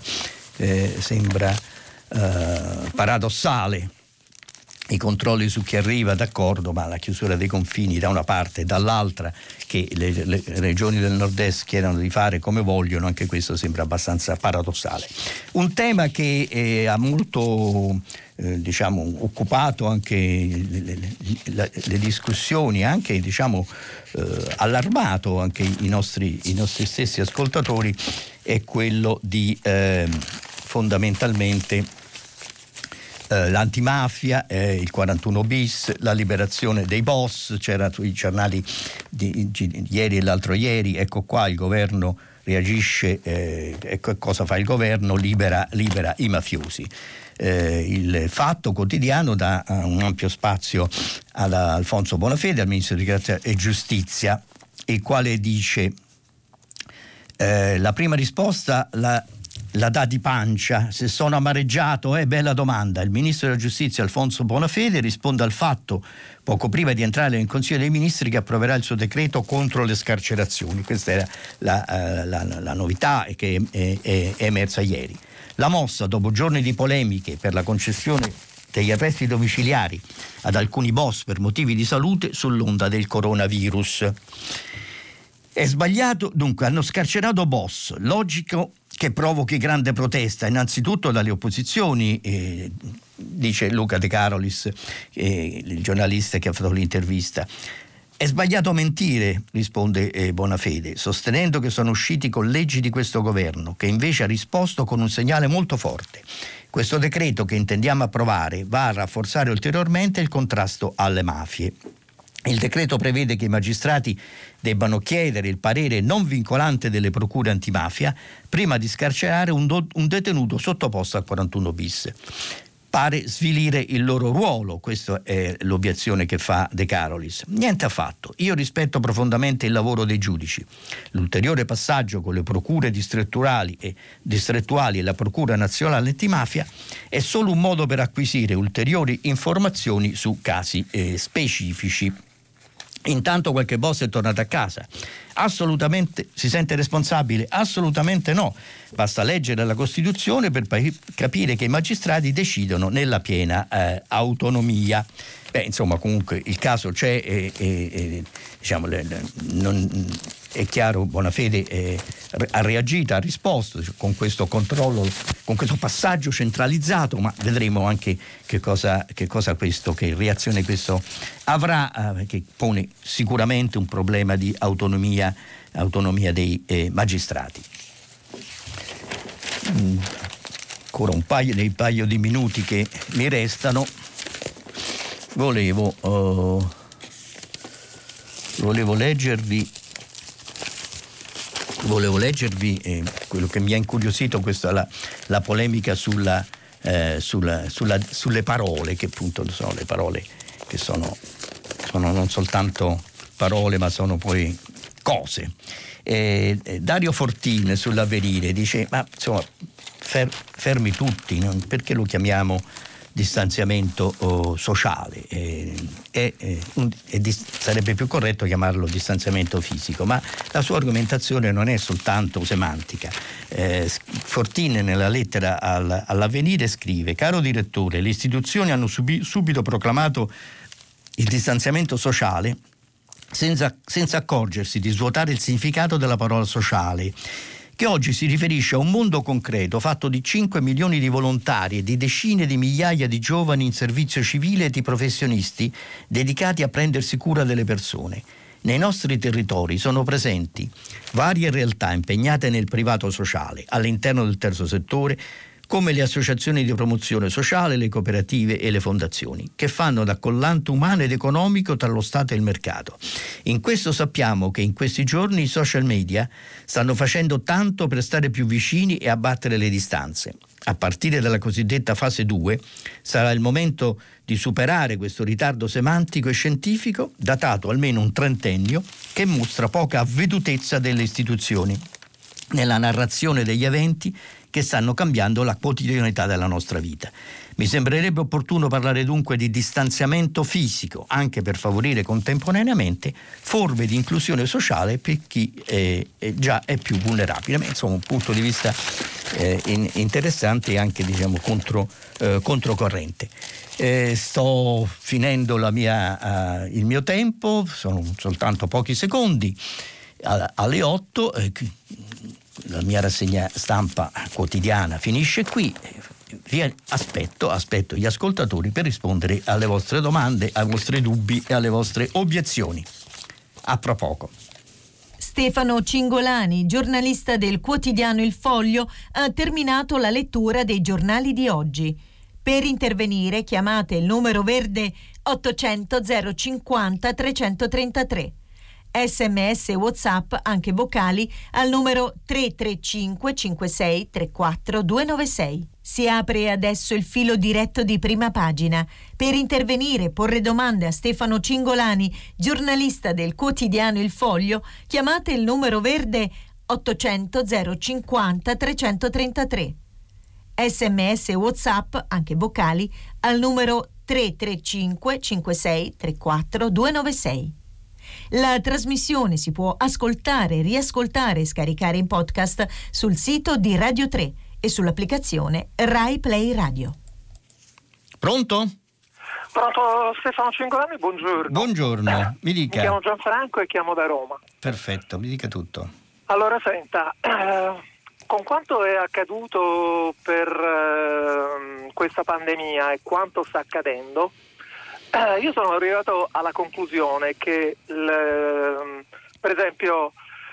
paradossale. I controlli su chi arriva, d'accordo, ma la chiusura dei confini da una parte e dall'altra che le regioni del nord-est chiedono di fare come vogliono, anche questo sembra abbastanza paradossale. Un tema che ha molto occupato anche le discussioni, anche allarmato anche i nostri stessi ascoltatori, è quello di fondamentalmente l'antimafia, il 41 bis, la liberazione dei boss. C'era sui giornali di ieri e l'altro ieri, ecco qua il governo reagisce, ecco cosa fa il governo, libera i mafiosi. Il Fatto Quotidiano dà un ampio spazio ad Alfonso Bonafede, al Ministro di Grazia e Giustizia, il quale dice la prima risposta la dà di pancia: se sono amareggiato, bella domanda. Il Ministro della Giustizia Alfonso Bonafede risponde al Fatto poco prima di entrare nel Consiglio dei Ministri che approverà il suo decreto contro le scarcerazioni. Questa era la novità che è emersa ieri. La mossa, dopo giorni di polemiche per la concessione degli arresti domiciliari ad alcuni boss per motivi di salute sull'onda del coronavirus. È sbagliato, dunque, hanno scarcerato boss, logico che provochi grande protesta, innanzitutto dalle opposizioni, dice Luca De Carolis, il giornalista che ha fatto l'intervista. È sbagliato mentire, risponde Bonafede, sostenendo che sono usciti con leggi di questo governo, che invece ha risposto con un segnale molto forte. Questo decreto che intendiamo approvare va a rafforzare ulteriormente il contrasto alle mafie. Il decreto prevede che i magistrati debbano chiedere il parere non vincolante delle procure antimafia prima di scarcerare un detenuto sottoposto al 41 bis. Pare svilire il loro ruolo, questa è l'obiezione che fa De Carolis. Niente affatto, io rispetto profondamente il lavoro dei giudici. L'ulteriore passaggio con le procure distrettuali e la Procura Nazionale Antimafia è solo un modo per acquisire ulteriori informazioni su casi specifici. Intanto qualche boss è tornato a casa. Assolutamente si sente responsabile? Assolutamente no. Basta leggere la Costituzione per capire che i magistrati decidono nella piena autonomia. Insomma, comunque il caso c'è diciamo, è chiaro, Bonafede ha reagito, ha risposto con questo controllo, con questo passaggio centralizzato, ma vedremo anche che reazione questo avrà, che pone sicuramente un problema di autonomia dei magistrati. Ancora un paio di minuti che mi restano. Volevo leggervi quello che mi ha incuriosito, questa la polemica sulle parole, che appunto sono le parole che sono non soltanto parole ma sono poi cose. Dario Fortin sull'Avvenire dice: ma insomma, fermi tutti, perché lo chiamiamo distanziamento sociale? Sarebbe più corretto chiamarlo distanziamento fisico, ma la sua argomentazione non è soltanto semantica. Fortin nella lettera all'Avvenire scrive: caro direttore, le istituzioni hanno subito proclamato il distanziamento sociale senza accorgersi di svuotare il significato della parola sociale, che oggi si riferisce a un mondo concreto fatto di 5 milioni di volontari e di decine di migliaia di giovani in servizio civile e di professionisti dedicati a prendersi cura delle persone. Nei nostri territori sono presenti varie realtà impegnate nel privato sociale, all'interno del terzo settore, come le associazioni di promozione sociale, le cooperative e le fondazioni, che fanno da collante umano ed economico tra lo Stato e il mercato. In questo sappiamo che in questi giorni i social media stanno facendo tanto per stare più vicini e abbattere le distanze. A partire dalla cosiddetta fase 2 sarà il momento di superare questo ritardo semantico e scientifico, datato almeno un trentennio, che mostra poca avvedutezza delle istituzioni nella narrazione degli eventi che stanno cambiando la quotidianità della nostra vita. Mi sembrerebbe opportuno parlare dunque di distanziamento fisico, anche per favorire contemporaneamente forme di inclusione sociale per chi già è più vulnerabile. Insomma, un punto di vista interessante e anche, diciamo, controcorrente. Sto finendo il mio tempo, sono soltanto pochi secondi. Alle 8 la mia rassegna stampa quotidiana finisce qui. Vi aspetto gli ascoltatori per rispondere alle vostre domande, ai vostri dubbi e alle vostre obiezioni. A fra poco. Stefano Cingolani, giornalista del quotidiano Il Foglio, ha terminato la lettura dei giornali di oggi. Per intervenire chiamate il numero verde 800 050 333. SMS e WhatsApp, anche vocali, al numero 335 56 34 296. Si apre adesso il filo diretto di Prima Pagina. Per intervenire e porre domande a Stefano Cingolani, giornalista del quotidiano Il Foglio, chiamate il numero verde 800 050 333. SMS e WhatsApp, anche vocali, al numero 335 56 34 296. La trasmissione si può ascoltare, riascoltare e scaricare in podcast sul sito di Radio 3 e sull'applicazione Rai Play Radio. Pronto? Pronto, Stefano Cingolani, buongiorno. Buongiorno, mi dica. Mi chiamo Gianfranco e chiamo da Roma. Perfetto, mi dica tutto. Allora, senta, con quanto è accaduto per questa pandemia e quanto sta accadendo, io sono arrivato alla conclusione che per esempio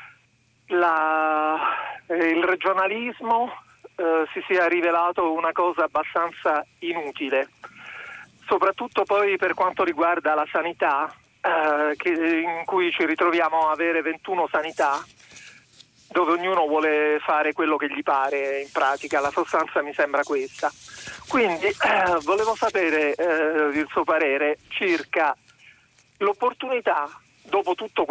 il regionalismo si sia rivelato una cosa abbastanza inutile, soprattutto poi per quanto riguarda la sanità, in cui ci ritroviamo a avere 21 sanità dove ognuno vuole fare quello che gli pare. In pratica la sostanza mi sembra questa. Quindi volevo sapere il suo parere circa l'opportunità, dopo tutta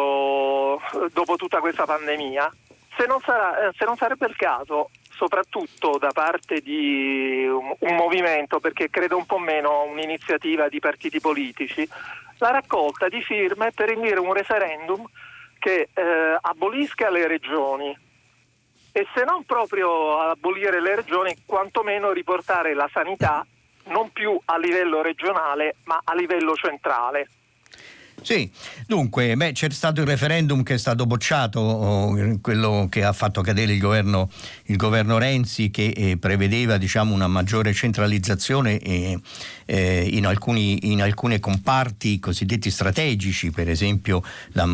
questa pandemia, se non sarebbe il caso, soprattutto da parte di un movimento, perché credo un po' meno un'iniziativa di partiti politici, la raccolta di firme per indire un referendum che abolisca le regioni, e se non proprio abolire le regioni, quantomeno riportare la sanità non più a livello regionale ma a livello centrale. Sì, dunque, c'è stato il referendum che è stato bocciato, quello che ha fatto cadere il governo Renzi, che prevedeva, diciamo, una maggiore centralizzazione in alcuni comparti cosiddetti strategici, per esempio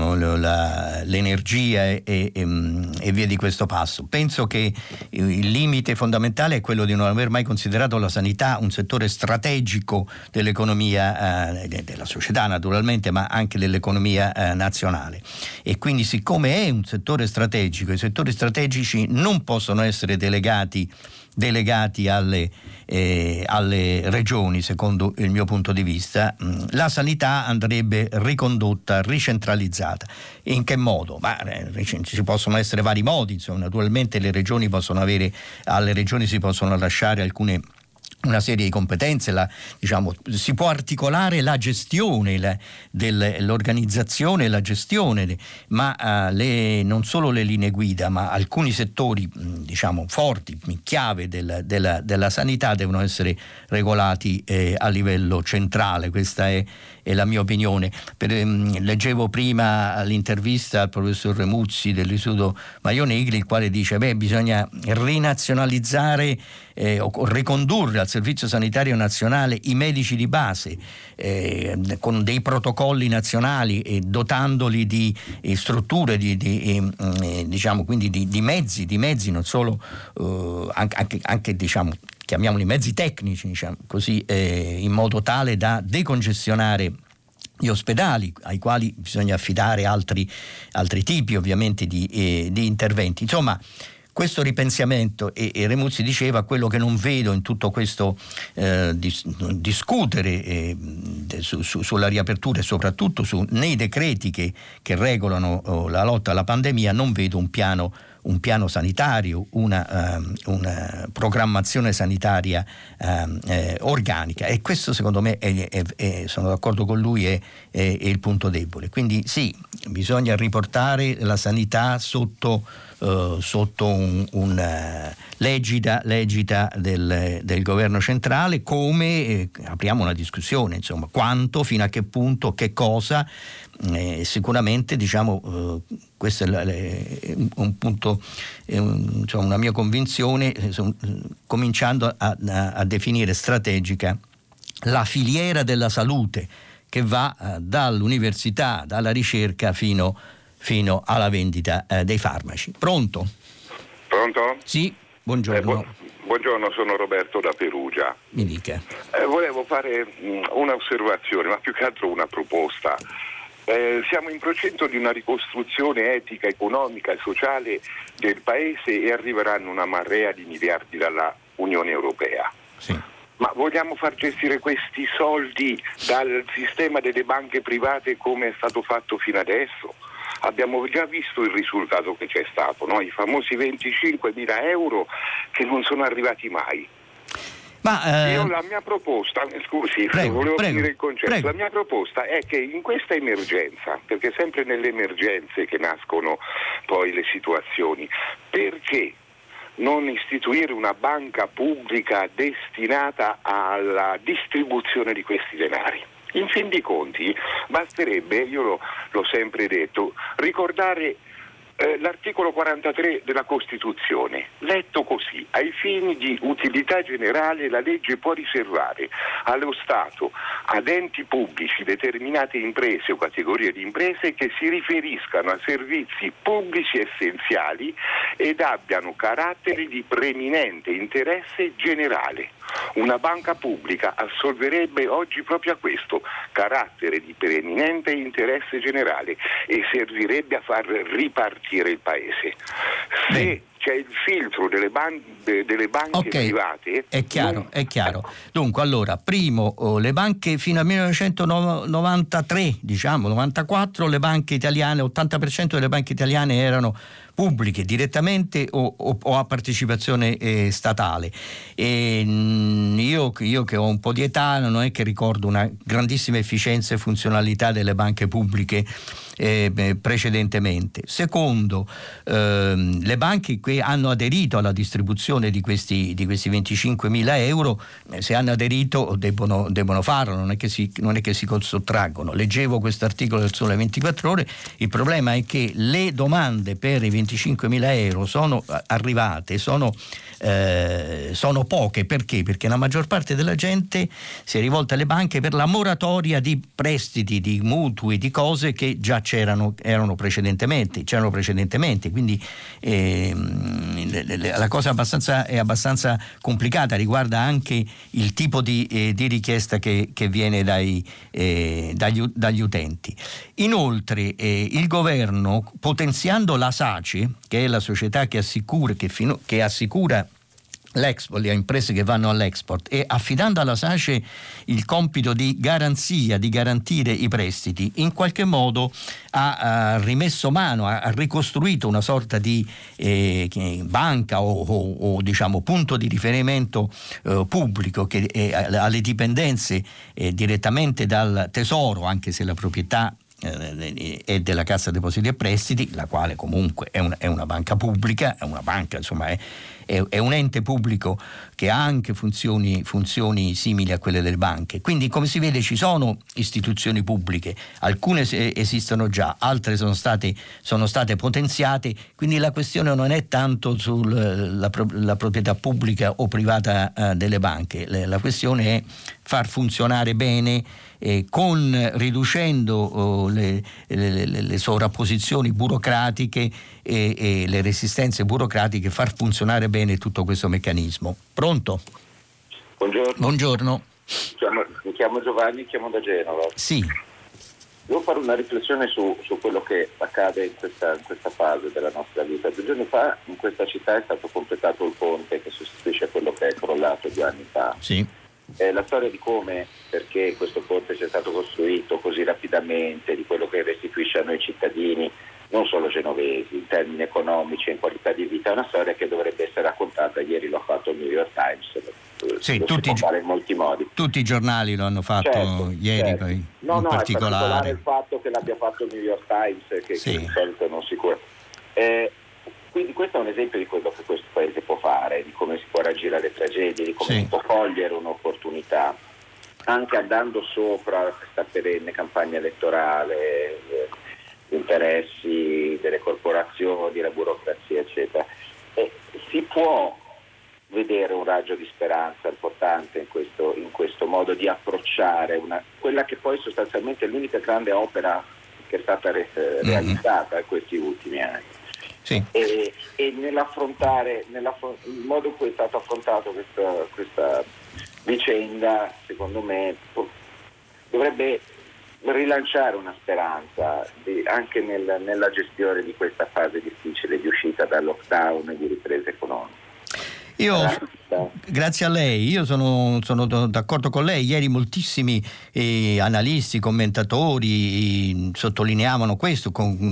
l'energia e via di questo passo. Penso che il limite fondamentale è quello di non aver mai considerato la sanità un settore strategico dell'economia, della società naturalmente, ma anche dell'economia nazionale. E quindi, siccome è un settore strategico, i settori strategici non possono essere delegati alle regioni, secondo il mio punto di vista. La sanità andrebbe ricondotta, ricentralizzata. In che modo? Ci possono essere vari modi, insomma. Naturalmente alle regioni si possono lasciare una serie di competenze, si può articolare la gestione l'organizzazione e la gestione, ma non solo le linee guida, ma alcuni settori forti, in chiave della sanità, devono essere regolati a livello centrale. Questa è la mia opinione. Leggevo prima l'intervista al professor Remuzzi dell'Istituto Maio Negri, il quale dice bisogna rinazionalizzare o ricondurre al Servizio Sanitario Nazionale i medici di base con dei protocolli nazionali e dotandoli di strutture, quindi di mezzi, non solo anche chiamiamoli mezzi tecnici, così, in modo tale da decongestionare gli ospedali, ai quali bisogna affidare altri tipi ovviamente di interventi. Insomma, questo ripensamento, e Remuzzi diceva, quello che non vedo in tutto questo discutere sulla riapertura e soprattutto nei decreti che regolano la lotta alla pandemia, non vedo un piano sanitario, una programmazione sanitaria organica, e questo secondo me sono d'accordo con lui, è il punto debole. Quindi sì, bisogna riportare la sanità sotto l'egida del governo centrale, come apriamo una discussione, insomma, quanto, fino a che punto, che cosa. Sicuramente questo è un punto, una mia convinzione, cominciando a definire strategica la filiera della salute, che va dall'università, dalla ricerca fino fino alla vendita dei farmaci. Pronto? Pronto? Sì, buongiorno. Buongiorno, sono Roberto da Perugia. Mi dica. Volevo fare un'osservazione, ma più che altro una proposta. Siamo in procinto di una ricostruzione etica, economica e sociale del Paese e arriveranno una marea di miliardi dalla Unione Europea. Sì. Ma vogliamo far gestire questi soldi dal sistema delle banche private come è stato fatto fino adesso? Abbiamo già visto il risultato che c'è stato, no? I famosi 25.000 euro che non sono arrivati mai. Io la mia proposta, scusi, volevo finire il concetto. Prego. La mia proposta è che in questa emergenza, perché sempre nelle emergenze che nascono poi le situazioni, perché non istituire una banca pubblica destinata alla distribuzione di questi denari? In fin dei conti basterebbe, io l'ho sempre detto, ricordare l'articolo 43 della Costituzione, letto così: ai fini di utilità generale la legge può riservare allo Stato, ad enti pubblici, determinate imprese o categorie di imprese che si riferiscano a servizi pubblici essenziali ed abbiano carattere di preminente interesse generale. Una banca pubblica assolverebbe oggi proprio a questo, carattere di preminente interesse generale, e servirebbe a far ripartire il Paese. Se c'è il filtro delle banche private... È chiaro. Dunque, allora, primo, le banche fino al 1993, 94, le banche italiane, 80% delle banche italiane erano pubbliche direttamente o a partecipazione statale. E io che ho un po' di età non è che ricordo una grandissima efficienza e funzionalità delle banche pubbliche precedentemente. Secondo, le banche che hanno aderito alla distribuzione di questi 25.000 euro, se hanno aderito debbono farlo, non è che si sottraggono. Leggevo questo articolo del Sole 24 Ore, il problema è che le domande per i 25.000 euro sono arrivate, sono poche. Perché? Perché la maggior parte della gente si è rivolta alle banche per la moratoria di prestiti, di mutui, di cose che già c'erano precedentemente, quindi la cosa è abbastanza complicata, riguarda anche il tipo di richiesta che viene dagli utenti. Inoltre il governo, potenziando la SACE, che è la società che assicura l'export, le imprese che vanno all'export, e affidando alla SACE il compito di garanzia, di garantire i prestiti, in qualche modo ha rimesso mano, ha ricostruito una sorta di banca o diciamo punto di riferimento pubblico che alle dipendenze direttamente dal Tesoro, anche se la proprietà è della Cassa Depositi e Prestiti, la quale comunque è una banca pubblica, è una banca, insomma è un ente pubblico che ha anche funzioni simili a quelle delle banche. Quindi, come si vede, ci sono istituzioni pubbliche, alcune esistono già, altre sono state potenziate, quindi la questione non è tanto sulla proprietà pubblica o privata delle banche, la questione è far funzionare bene, riducendo le sovrapposizioni burocratiche e le resistenze burocratiche, far funzionare bene tutto questo meccanismo. Pronto? Buongiorno. Mi chiamo Giovanni, chiamo da Genova. Sì. Devo fare una riflessione su quello che accade in questa fase della nostra vita. 2 giorni fa in questa città è stato completato il ponte che sostituisce quello che è crollato 2 anni fa. Sì. La storia di perché questo ponte sia stato costruito così rapidamente, di quello che restituisce a noi cittadini, non solo genovesi, in termini economici e in qualità di vita, è una storia che dovrebbe essere raccontata. Ieri l'ho fatto il New York Times, sì, lo si può fare in molti modi. Tutti i giornali lo hanno fatto, ieri. Certo. In particolare. particolare Il fatto che l'abbia fatto il New York Times, che di solito non si cura. Quindi questo è un esempio di quello che questo Paese può fare, di come si può reagire alle tragedie, di come si può cogliere un'opportunità, anche andando sopra questa perenne campagna elettorale, gli interessi delle corporazioni, la burocrazia, eccetera. Si può vedere un raggio di speranza importante in questo modo di approcciare quella che poi sostanzialmente è l'unica grande opera che è stata realizzata in questi ultimi anni. Sì. E nell'affrontare il modo in cui è stato affrontato questa vicenda, secondo me dovrebbe rilanciare una speranza anche nella gestione di questa fase difficile di uscita dal lockdown e di ripresa economica. Grazie a lei, io sono d'accordo con lei. Ieri moltissimi analisti, commentatori sottolineavano questo,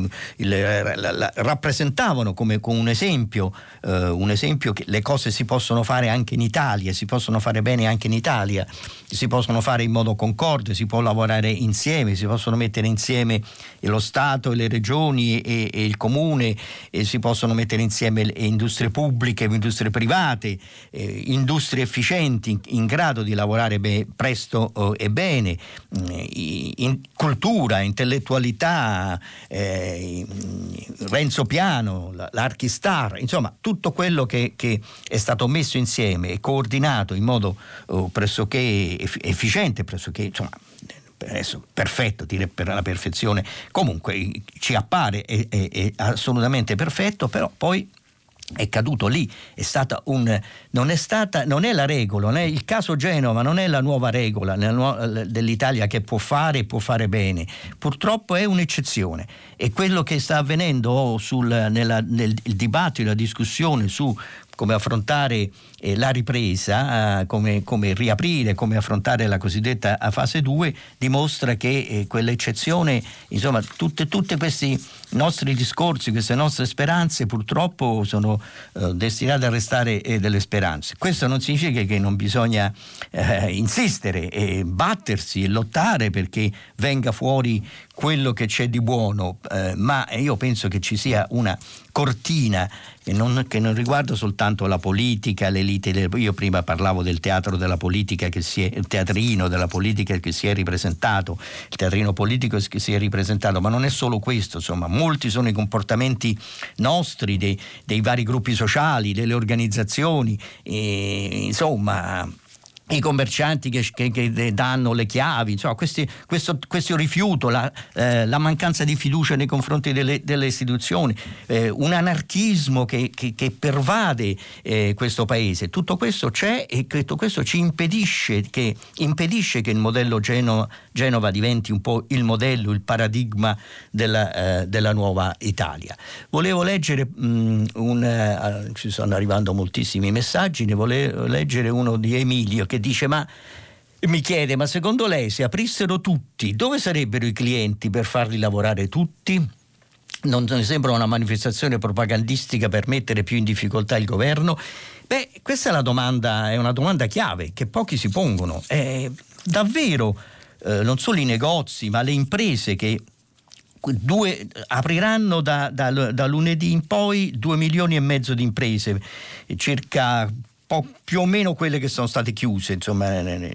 rappresentavano come con un esempio che le cose si possono fare anche in Italia, si possono fare bene anche in Italia, si possono fare in modo concorde, si può lavorare insieme, si possono mettere insieme lo Stato e le regioni e il comune, e si possono mettere insieme le industrie pubbliche e industrie private, industrie efficienti in grado di lavorare presto e bene, in cultura, intellettualità, Renzo Piano, l'Archistar, insomma tutto quello che è stato messo insieme e coordinato in modo pressoché efficiente, pressoché insomma adesso perfetto, dire per la perfezione, comunque ci appare è assolutamente perfetto, però poi è caduto lì, non è la regola, non è il caso Genova, non è la nuova regola dell'Italia che può fare bene, purtroppo è un'eccezione, e quello che sta avvenendo nel dibattito, la discussione su come affrontare la ripresa, come riaprire, come affrontare la cosiddetta fase 2, dimostra che quell'eccezione, insomma tutti questi nostri discorsi, queste nostre speranze purtroppo sono destinate a restare delle speranze. Questo non significa che non bisogna insistere e battersi e lottare perché venga fuori quello che c'è di buono, ma io penso che ci sia una cortina che non riguarda soltanto la politica, l'elite. Io prima parlavo del teatro della politica, il teatrino della politica che si è ripresentato, il teatrino politico che si è ripresentato, ma non è solo questo, insomma, molti sono i comportamenti nostri, dei vari gruppi sociali, delle organizzazioni, insomma i commercianti che danno le chiavi, insomma questo rifiuto, la mancanza di fiducia nei confronti delle istituzioni, un anarchismo che pervade questo paese. Tutto questo c'è, e tutto questo ci impedisce che il modello Genova diventi un po' il modello, il paradigma della nuova Italia. Volevo leggere ci stanno arrivando moltissimi messaggi, ne volevo leggere uno di Emilio che mi chiede: ma secondo lei, se aprissero tutti, dove sarebbero i clienti per farli lavorare tutti? Non mi sembra una manifestazione propagandistica per mettere più in difficoltà il governo? Questa è una domanda chiave che pochi si pongono. Davvero non solo i negozi, ma le imprese che apriranno da lunedì in poi 2,5 milioni di imprese, circa più o meno quelle che sono state chiuse, insomma,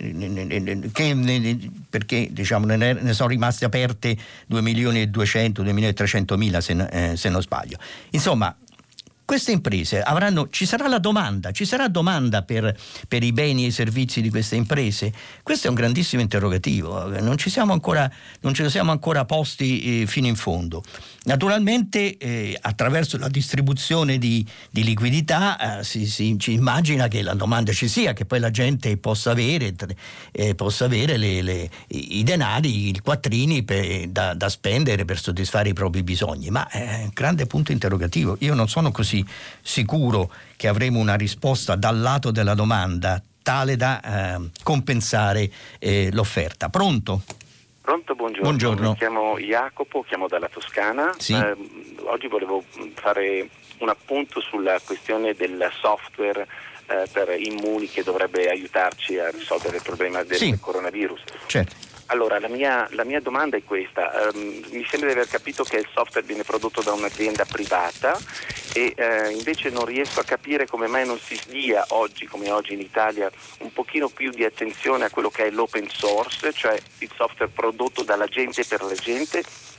perché diciamo ne sono rimaste aperte 2.200.000, 2.300.000 se non sbaglio. Insomma, queste imprese ci sarà domanda per i beni e i servizi di queste imprese? Questo è un grandissimo interrogativo, non ce lo siamo ancora posti fino in fondo. Naturalmente attraverso la distribuzione di liquidità ci immagina che la domanda ci sia, che poi la gente possa avere i denari, i quattrini da spendere per soddisfare i propri bisogni, ma è un grande punto interrogativo. Io non sono così sicuro che avremo una risposta dal lato della domanda tale da compensare l'offerta. Pronto? Pronto, buongiorno. Mi chiamo Jacopo, chiamo dalla Toscana. Sì. Oggi volevo fare un appunto sulla questione del software per Immuni che dovrebbe aiutarci a risolvere il problema del coronavirus. Certo. Allora, la mia domanda è questa. Mi sembra di aver capito che il software viene prodotto da un'azienda privata e invece non riesco a capire come mai non si dia oggi, come oggi in Italia, un pochino più di attenzione a quello che è l'open source, cioè il software prodotto dalla gente per la gente,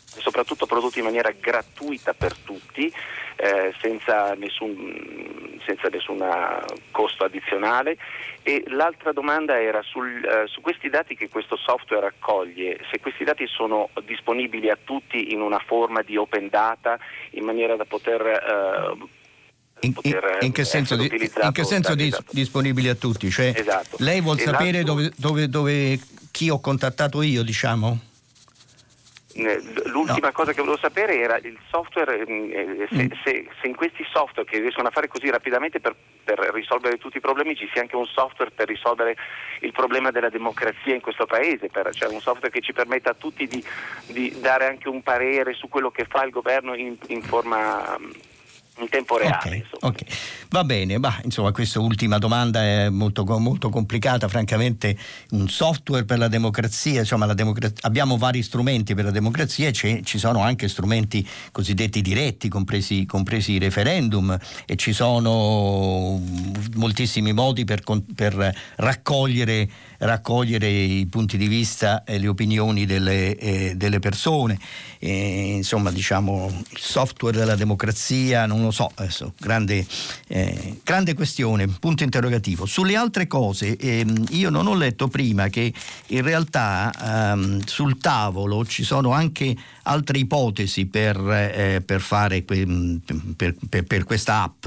soprattutto prodotti in maniera gratuita per tutti, senza nessun costo addizionale. E l'altra domanda era su questi dati che questo software raccoglie, se questi dati sono disponibili a tutti in una forma di open data, in maniera da poter in che senso disponibili a tutti? Cioè, esatto. Lei vuol sapere dove chi ho contattato io, diciamo? L'ultima cosa che volevo sapere era il software, se in questi software che riescono a fare così rapidamente per risolvere tutti i problemi, ci sia anche un software per risolvere il problema della democrazia in questo paese, cioè un software che ci permetta a tutti di dare anche un parere su quello che fa il governo in forma in tempo reale. Ok. Va bene, insomma questa ultima domanda è molto, molto complicata, francamente. Un software per la democrazia, insomma abbiamo vari strumenti per la democrazia e ci sono anche strumenti cosiddetti diretti, compresi i referendum, e ci sono moltissimi modi per raccogliere i punti di vista e le opinioni delle persone. Insomma, diciamo, il software della democrazia, non lo so, adesso grande questione, punto interrogativo. Sulle altre cose io non ho letto prima che in realtà sul tavolo ci sono anche altre ipotesi per fare per questa app.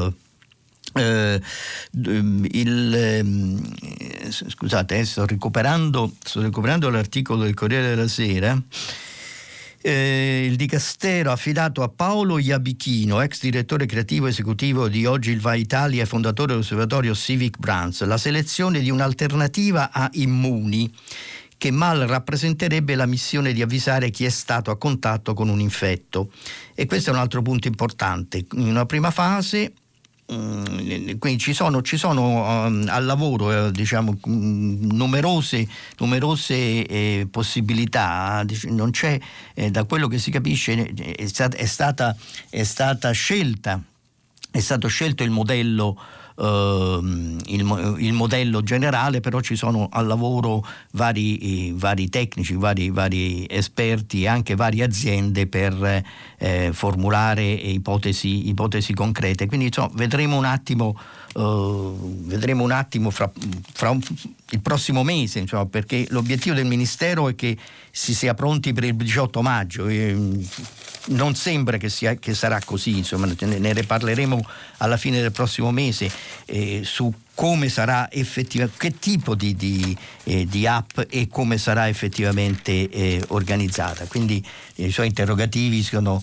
Scusate, sto recuperando l'articolo del Corriere della Sera. Il Dicastero ha affidato a Paolo Iabichino, ex direttore creativo esecutivo di Oggi il Va Italia e fondatore dell'osservatorio Civic Brands, la selezione di un'alternativa a Immuni che mal rappresenterebbe la missione di avvisare chi è stato a contatto con un infetto. E questo è un altro punto importante. In una prima fase quindi ci sono al lavoro numerose possibilità. Non c'è, da quello che si capisce, è stato scelto il modello generale, però ci sono al lavoro vari tecnici, vari esperti e anche varie aziende per formulare ipotesi concrete. Quindi vedremo un attimo fra il prossimo mese, insomma, perché l'obiettivo del Ministero è che si sia pronti per il 18 maggio. Non sembra che sarà così, insomma, ne riparleremo alla fine del prossimo mese su come sarà effettivamente, che tipo di app e come sarà effettivamente organizzata. Quindi i suoi interrogativi sono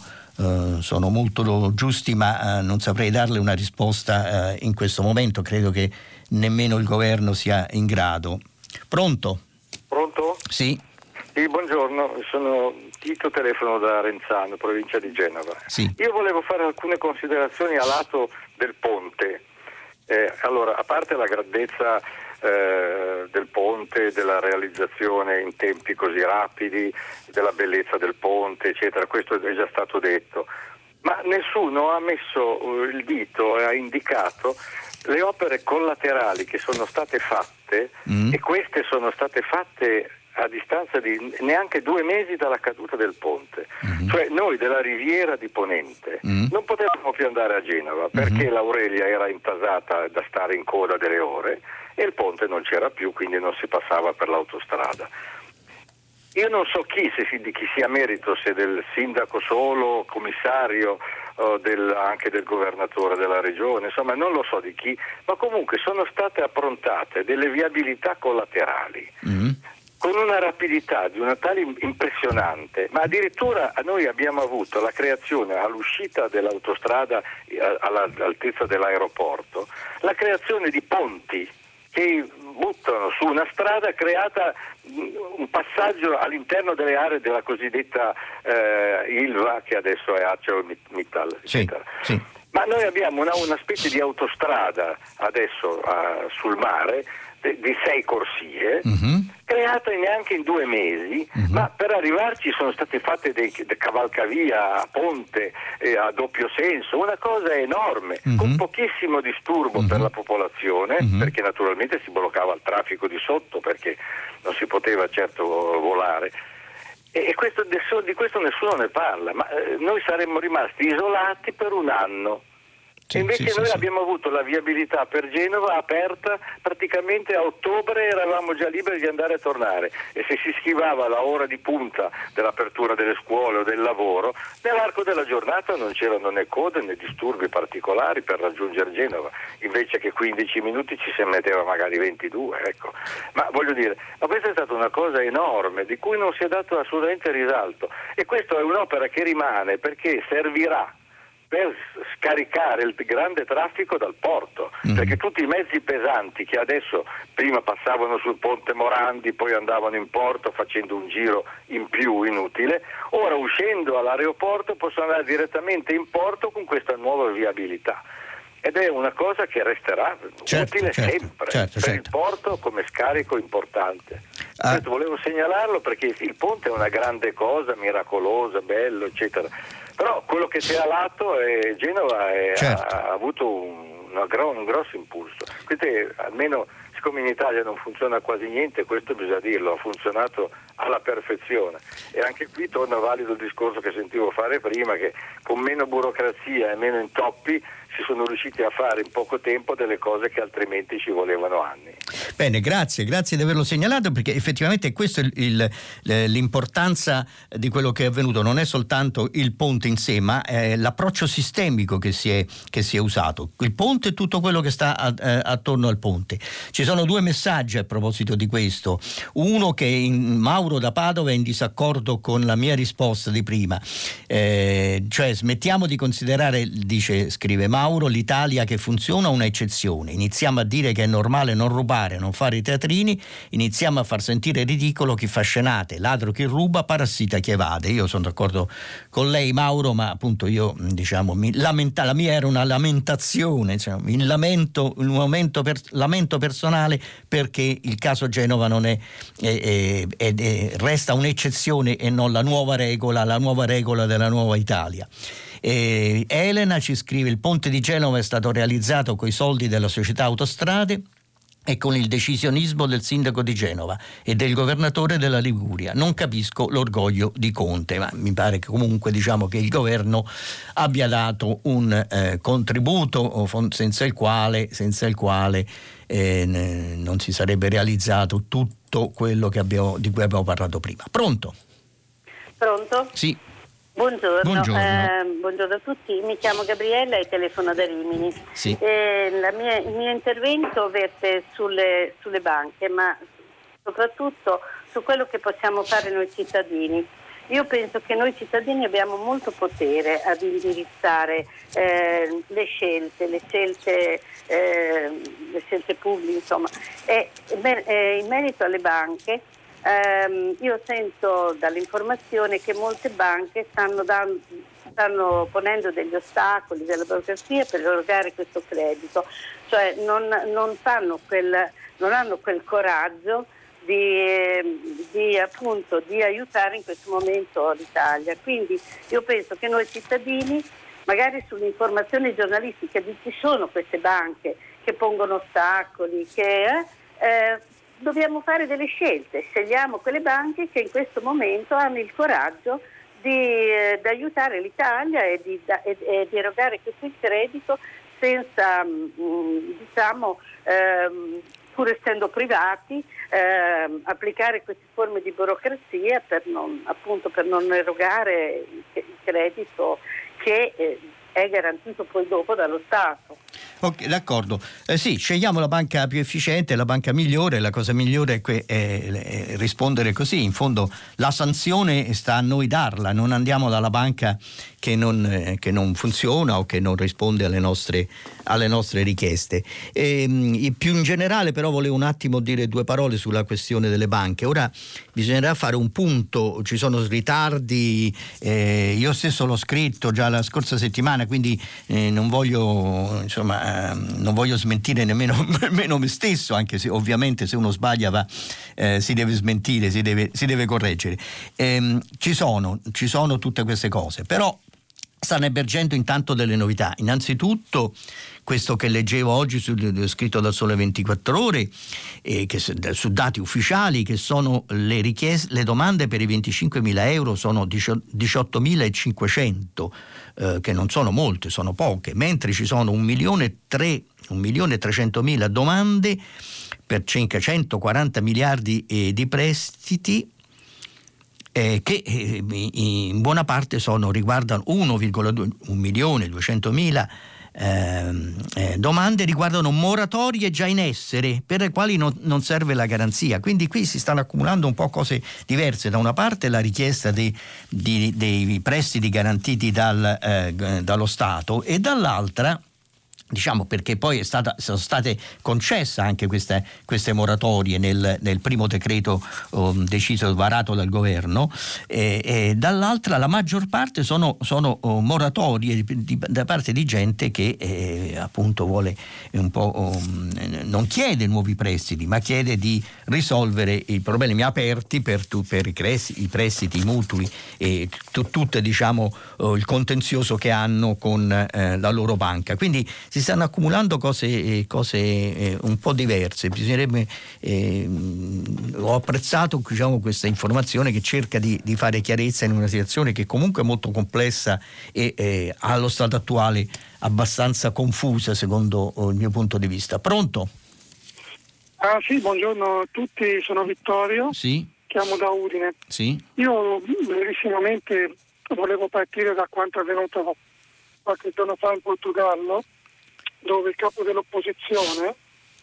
molto giusti, ma non saprei darle una risposta in questo momento. Credo che nemmeno il governo sia in grado. Pronto? Pronto? Sì. Sì, buongiorno, sono Tito, telefono da Arenzano, provincia di Genova. Sì. Io volevo fare alcune considerazioni a lato del ponte. Allora, a parte la grandezza del ponte, della realizzazione in tempi così rapidi, della bellezza del ponte, eccetera, questo è già stato detto, ma nessuno ha messo il dito e ha indicato le opere collaterali che sono state fatte, e queste sono state fatte a distanza di neanche 2 mesi dalla caduta del ponte. Cioè noi della Riviera di Ponente non potevamo più andare a Genova perché l'Aurelia era intasata da stare in coda delle ore e il ponte non c'era più, quindi non si passava per l'autostrada. Io non so di chi sia merito, se del sindaco solo, commissario, anche del governatore della regione, insomma non lo so di chi, ma comunque sono state approntate delle viabilità collaterali con una rapidità di una tale impressionante, ma addirittura noi abbiamo avuto la creazione all'uscita dell'autostrada all'altezza dell'aeroporto, la creazione di ponti che buttano su una strada creata un passaggio all'interno delle aree della cosiddetta Ilva, che adesso è ArcelorMittal, eccetera. Sì. Ma noi abbiamo una specie di autostrada adesso sul mare di 6 corsie, creata neanche in 2 mesi, ma per arrivarci sono state fatte dei cavalcavia a ponte a doppio senso, una cosa enorme, con pochissimo disturbo per la popolazione, perché naturalmente si bloccava il traffico di sotto perché non si poteva certo volare. E di questo nessuno ne parla, ma noi saremmo rimasti isolati per un anno. Sì, e invece noi abbiamo avuto la viabilità per Genova aperta praticamente a ottobre, eravamo già liberi di andare e tornare, e se si schivava la ora di punta dell'apertura delle scuole o del lavoro, nell'arco della giornata non c'erano né code né disturbi particolari per raggiungere Genova, invece che 15 minuti ci si metteva magari 22, ecco. Ma voglio dire, ma questa è stata una cosa enorme di cui non si è dato assolutamente risalto, e questa è un'opera che rimane perché servirà per scaricare il grande traffico dal porto, perché tutti i mezzi pesanti che adesso prima passavano sul ponte Morandi, poi andavano in porto facendo un giro in più inutile, ora uscendo all'aeroporto possono andare direttamente in porto con questa nuova viabilità. Ed è una cosa che resterà utile sempre per il porto come scarico importante. Questo volevo segnalarlo perché il ponte è una grande cosa, miracolosa, bello, eccetera. Però quello che si è a lato è Genova ha avuto un grosso impulso. Almeno siccome in Italia non funziona quasi niente, questo bisogna dirlo, ha funzionato alla perfezione. E anche qui torna valido il discorso che sentivo fare prima, che con meno burocrazia e meno intoppi si sono riusciti a fare in poco tempo delle cose che altrimenti ci volevano anni. Bene, grazie di averlo segnalato, perché effettivamente questo è l'importanza di quello che è avvenuto. Non è soltanto il ponte in sé, ma l'approccio sistemico che si è usato. Il ponte e tutto quello che sta attorno al ponte. Ci sono due messaggi a proposito di questo. Uno che Mauro da Padova è in disaccordo con la mia risposta di prima, cioè smettiamo di considerare, scrive Mauro, l'Italia che funziona una eccezione. Iniziamo a dire che è normale non rubare, non fare i teatrini, iniziamo a far sentire ridicolo chi fa scenate, ladro chi ruba, parassita chi evade. Io sono d'accordo con lei, Mauro, ma appunto io la mia era una lamentazione, un lamento personale, perché il caso Genova non resta un'eccezione e non la nuova regola della nuova Italia. Elena ci scrive: il ponte di Genova è stato realizzato coi soldi della società Autostrade e con il decisionismo del sindaco di Genova e del governatore della Liguria. Non capisco l'orgoglio di Conte, ma mi pare che comunque che il governo abbia dato un contributo senza il quale non si sarebbe realizzato tutto quello di cui abbiamo parlato prima. Pronto? Sì. Buongiorno a tutti, mi chiamo Gabriella e telefono da Rimini. Sì. Il mio intervento verte sulle banche, ma soprattutto su quello che possiamo fare noi cittadini. Io penso che noi cittadini abbiamo molto potere ad indirizzare le scelte pubbliche, insomma. In merito alle banche, io sento dall'informazione che molte banche stanno ponendo degli ostacoli della burocrazia per erogare questo credito, cioè non hanno quel coraggio di aiutare in questo momento l'Italia. Quindi io penso che noi cittadini, magari sull'informazione giornalistica di chi sono queste banche che pongono ostacoli, dobbiamo fare delle scelte. Scegliamo quelle banche che in questo momento hanno il coraggio di aiutare l'Italia e di erogare questo credito senza, pur essendo privati, applicare queste forme di burocrazia per non erogare il credito che è garantito poi dopo dallo Stato. Ok, d'accordo. Sì, scegliamo la banca più efficiente, la banca migliore. La cosa migliore è rispondere così. In fondo la sanzione sta a noi darla, non andiamo dalla banca che non funziona o che non risponde alle nostre richieste. Più in generale però volevo un attimo dire due parole sulla questione delle banche. Ora bisognerà fare un punto, ci sono ritardi, io stesso l'ho scritto già la scorsa settimana, quindi non voglio smentire nemmeno me stesso, anche se ovviamente se uno sbaglia si deve smentire, si deve correggere. Ci sono tutte queste cose, però stanno emergendo intanto delle novità. Innanzitutto questo che leggevo oggi scritto dal Sole 24 Ore, su dati ufficiali, che sono le domande per i 25.000 euro sono 18.500, che non sono molte, sono poche, mentre ci sono 1.300.000 domande per circa 140 miliardi di prestiti, che in buona parte riguardano 1.200.000 domande, riguardano moratorie già in essere per le quali non serve la garanzia. Quindi qui si stanno accumulando un po' cose diverse. Da una parte la richiesta dei prestiti garantiti dallo Stato, e dall'altra, diciamo, perché poi sono state concesse anche queste moratorie nel primo decreto deciso, varato dal governo, e dall'altra la maggior parte sono moratorie da parte di gente che appunto vuole un po' non chiede nuovi prestiti, ma chiede di risolvere i problemi aperti per i prestiti, i mutui e tutte, diciamo, il contenzioso che hanno con la loro banca. Quindi si stanno accumulando cose un po' diverse. Bisognerebbe ho apprezzato, diciamo, questa informazione che cerca di fare chiarezza in una situazione che comunque è molto complessa e allo stato attuale abbastanza confusa, secondo il mio punto di vista. Pronto? Sì, buongiorno a tutti, sono Vittorio. Sì. Chiamo da Udine. Sì. Io brevissimamente volevo partire da quanto è avvenuto qualche giorno fa in Portogallo, dove il capo dell'opposizione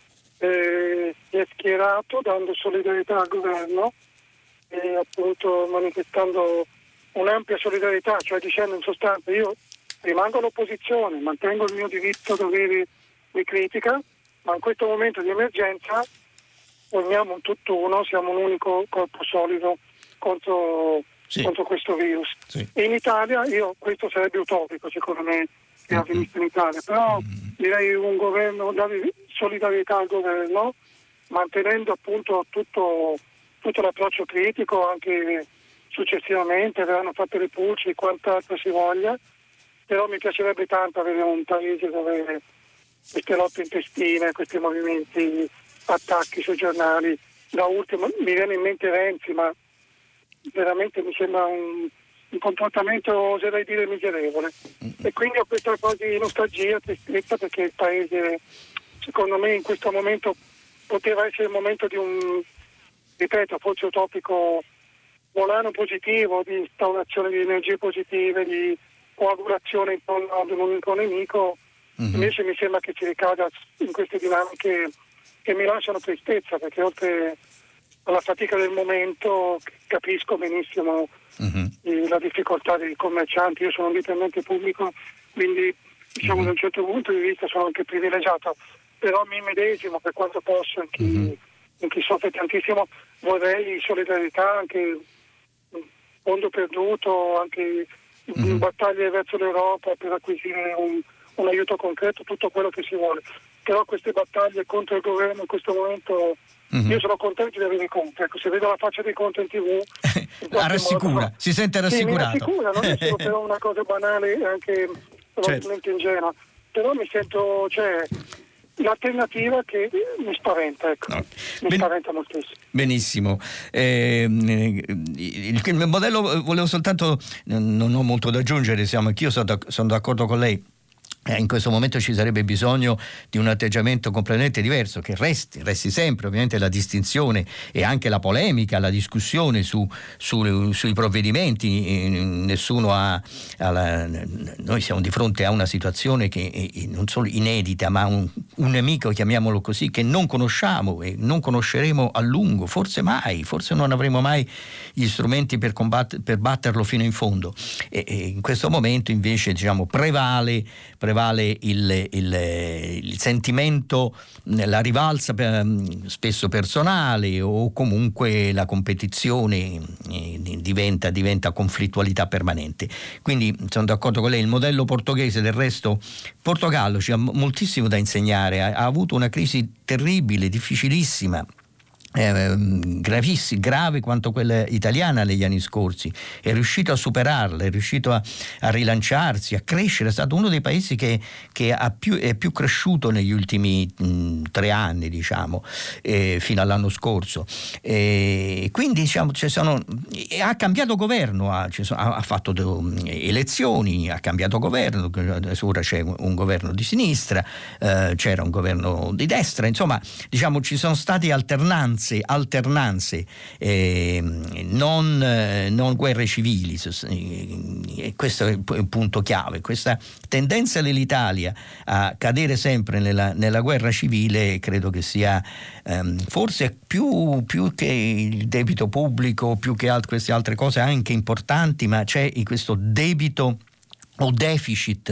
si è schierato dando solidarietà al governo e appunto manifestando un'ampia solidarietà, cioè dicendo in sostanza: io rimango all'opposizione, mantengo il mio diritto dovere di critica, ma in questo momento di emergenza formiamo un tutt'uno, siamo un unico corpo solido contro questo virus. Sì. E in Italia, questo sarebbe utopico secondo me che avvenisse in Italia, però direi un governo, dare solidarietà al governo, mantenendo appunto tutto l'approccio critico, anche successivamente verranno fatte le pulci, quant'altro si voglia, però mi piacerebbe tanto avere un paese dove queste lotte intestine, questi movimenti, attacchi sui giornali, da ultimo mi viene in mente Renzi, ma veramente mi sembra un comportamento, oserei dire, miserevole, e quindi ho questa cosa di nostalgia, tristezza, perché il paese, secondo me, in questo momento poteva essere il momento di un, ripeto, forse utopico, volano positivo, di instaurazione di energie positive, di coagulazione intorno ad un unico nemico. Invece mi sembra che ci ricada in queste dinamiche che mi lasciano tristezza, perché oltre alla fatica del momento capisco benissimo la difficoltà dei commercianti. Io sono un dipendente pubblico, quindi diciamo da un certo punto di vista sono anche privilegiato, però mi medesimo per quanto posso in chi soffre tantissimo. Vorrei solidarietà, anche fondo perduto, anche battaglie verso l'Europa per acquisire un aiuto concreto, tutto quello che si vuole. Però queste battaglie contro il governo in questo momento, io sono contento di avere Conte. Ecco, se vedo la faccia di Conte in TV rassicura, si sente rassicurato. Sì, mi rassicura, non è solo però una cosa banale e anche probabilmente ingenua, però mi sento, l'alternativa che mi spaventa, ecco. No. Mi spaventa moltissimo. Benissimo. Il modello, volevo soltanto, non ho molto da aggiungere, anch'io sono d'accordo con lei. In questo momento ci sarebbe bisogno di un atteggiamento completamente diverso, che resti sempre ovviamente la distinzione e anche la polemica, la discussione sui provvedimenti. Noi siamo di fronte a una situazione che è non solo inedita, ma un nemico, chiamiamolo così, che non conosciamo e non conosceremo a lungo, forse non avremo mai gli strumenti per batterlo fino in fondo. E in questo momento invece prevale il sentimento, la rivalsa spesso personale, o comunque la competizione diventa conflittualità permanente. Quindi sono d'accordo con lei. Il modello portoghese, del resto, Portogallo ci ha moltissimo da insegnare, ha avuto una crisi terribile, difficilissima, grave quanto quella italiana negli anni scorsi, è riuscito a superarla, è riuscito a rilanciarsi, a crescere, è stato uno dei paesi che è più cresciuto negli ultimi 3 anni, diciamo, fino all'anno scorso. Quindi diciamo ha cambiato governo, ha fatto elezioni, ha cambiato governo, adesso ora c'è un governo di sinistra, c'era un governo di destra, insomma diciamo ci sono state alternanze, non guerre civili, e questo è un punto chiave. Questa tendenza dell'Italia a cadere sempre nella guerra civile credo che sia forse più che il debito pubblico, più che queste altre cose anche importanti, ma c'è questo debito o deficit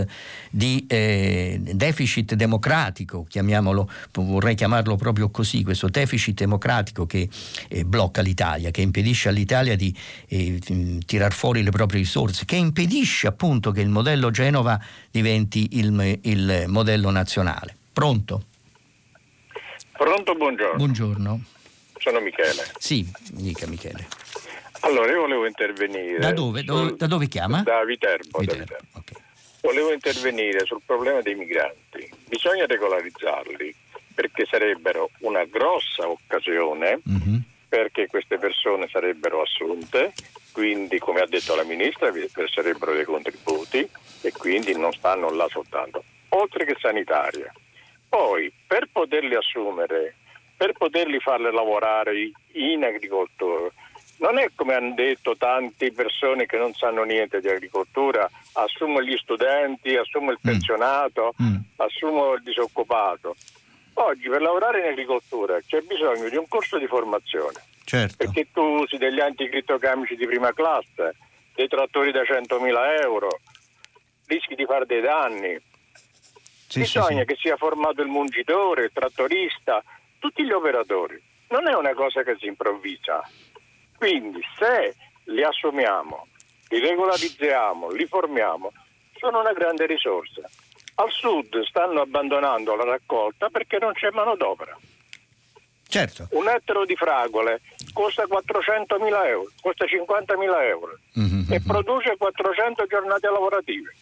democratico, chiamiamolo, vorrei chiamarlo proprio così, questo deficit democratico che blocca l'Italia, che impedisce all'Italia di tirar fuori le proprie risorse, che impedisce appunto che il modello Genova diventi il modello nazionale. Pronto? Pronto, buongiorno. Buongiorno. Sono Michele. Sì, dica Michele. Allora, io volevo intervenire. Da dove chiama? Da Viterbo. Okay. Volevo intervenire sul problema dei migranti. Bisogna regolarizzarli perché sarebbero una grossa occasione, perché queste persone sarebbero assunte, quindi come ha detto la ministra verserebbero dei contributi e quindi non stanno là soltanto, oltre che sanitaria. Poi per poterli assumere, per poterli farle lavorare in agricoltura, non è come hanno detto tante persone che non sanno niente di agricoltura, assumo gli studenti, assumo il pensionato, assumo il disoccupato. Oggi per lavorare in agricoltura c'è bisogno di un corso di formazione. Certo. Perché tu usi degli anticrittocamici di prima classe, dei trattori da 100.000 euro, rischi di fare dei danni. Bisogna che sia formato il mungitore, il trattorista, tutti gli operatori. Non è una cosa che si improvvisa. Quindi se li assumiamo, li regolarizziamo, li formiamo, sono una grande risorsa. Al sud stanno abbandonando la raccolta perché non c'è manodopera. Certo. Un ettaro di fragole costa 400.000 euro, costa 50.000 euro e produce 400 giornate lavorative.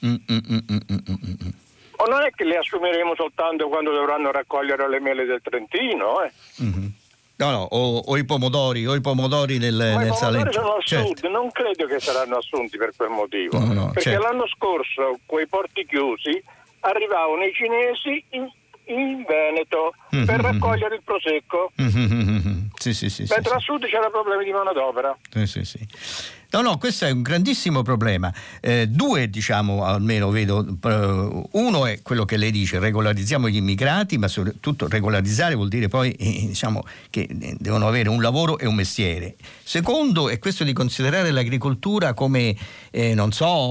O non è che li assumeremo soltanto quando dovranno raccogliere le mele del Trentino, No, o i pomodori nel Salento. I pomodori sono al certo. sud, non credo che saranno assunti per quel motivo, perché certo. L'anno scorso, coi porti chiusi, arrivavano i cinesi in Veneto per raccogliere il prosecco. Mentre al sud c'era problemi di manodopera. Sì. No, questo è un grandissimo problema. 2, diciamo, almeno vedo. Uno è quello che lei dice, regolarizziamo gli immigrati, ma soprattutto regolarizzare vuol dire poi diciamo che devono avere un lavoro e un mestiere. Secondo è questo di considerare l'agricoltura come, in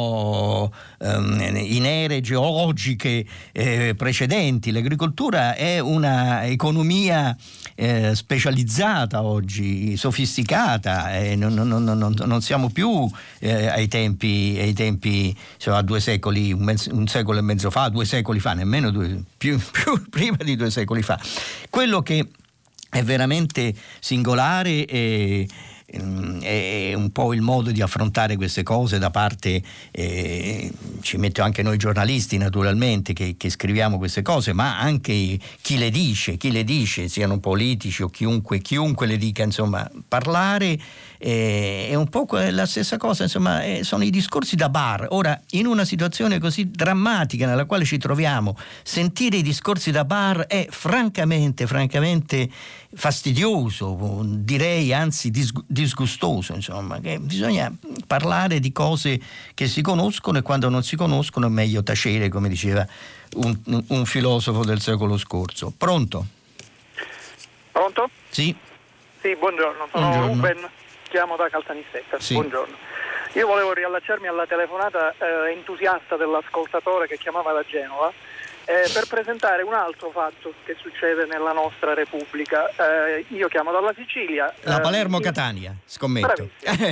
ere geologiche precedenti. L'agricoltura è una economia specializzata oggi, sofisticata, non siamo più ai tempi insomma, 2 secoli, un secolo e mezzo fa, 2 secoli fa, nemmeno più prima di 2 secoli fa. Quello che è veramente singolare è un po' il modo di affrontare queste cose da parte, ci metto anche noi giornalisti naturalmente che scriviamo queste cose, ma anche chi le dice, siano politici o chiunque le dica, insomma, parlare è un po' la stessa cosa, insomma, sono i discorsi da bar. Ora, in una situazione così drammatica nella quale ci troviamo, sentire i discorsi da bar è francamente fastidioso, direi anzi disgustoso, insomma, che bisogna parlare di cose che si conoscono e quando non si conoscono è meglio tacere, come diceva un filosofo del secolo scorso. Pronto? Pronto? Sì, buongiorno, sono Ruben, chiamo da Caltanissetta. Sì. Buongiorno. Io volevo riallacciarmi alla telefonata entusiasta dell'ascoltatore che chiamava da Genova per presentare un altro fatto che succede nella nostra Repubblica. Io chiamo dalla Sicilia. La Palermo-Catania, scommetto.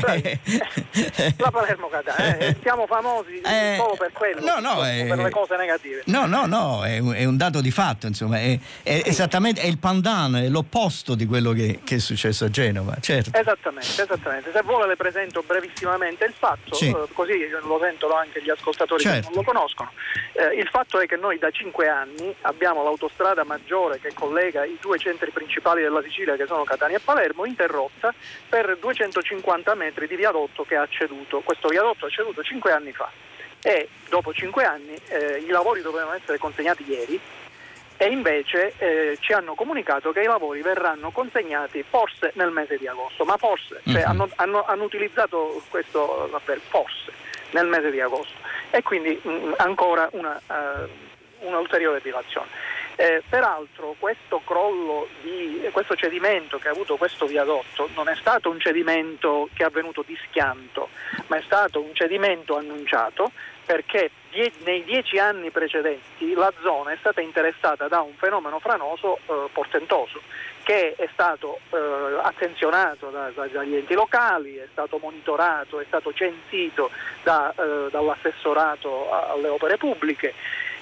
La Palermo-Catania. Siamo famosi solo per quello, per le cose negative. No, è un dato di fatto, insomma, è esattamente, è il pandan, è l'opposto di quello che è successo a Genova, certo. Esattamente. Se vuole le presento brevissimamente il fatto, sì. Così lo sentono anche gli ascoltatori, certo, che non lo conoscono. Il fatto è che noi da 5 anni abbiamo l'autostrada maggiore che collega i due centri principali della Sicilia, che sono Catania e Palermo, interrotta per 250 metri di viadotto che ha ceduto. Questo viadotto ha ceduto 5 anni fa e dopo 5 anni i lavori dovevano essere consegnati ieri e invece ci hanno comunicato che i lavori verranno consegnati forse nel mese di agosto, ma forse, cioè hanno utilizzato questo forse nel mese di agosto, e quindi ancora un'ulteriore dilazione. Peraltro questo cedimento che ha avuto questo viadotto non è stato un cedimento che è avvenuto di schianto, ma è stato un cedimento annunciato, perché nei 10 anni precedenti la zona è stata interessata da un fenomeno franoso portentoso, che è stato attenzionato dagli enti locali, è stato monitorato, è stato censito dall'assessorato alle opere pubbliche.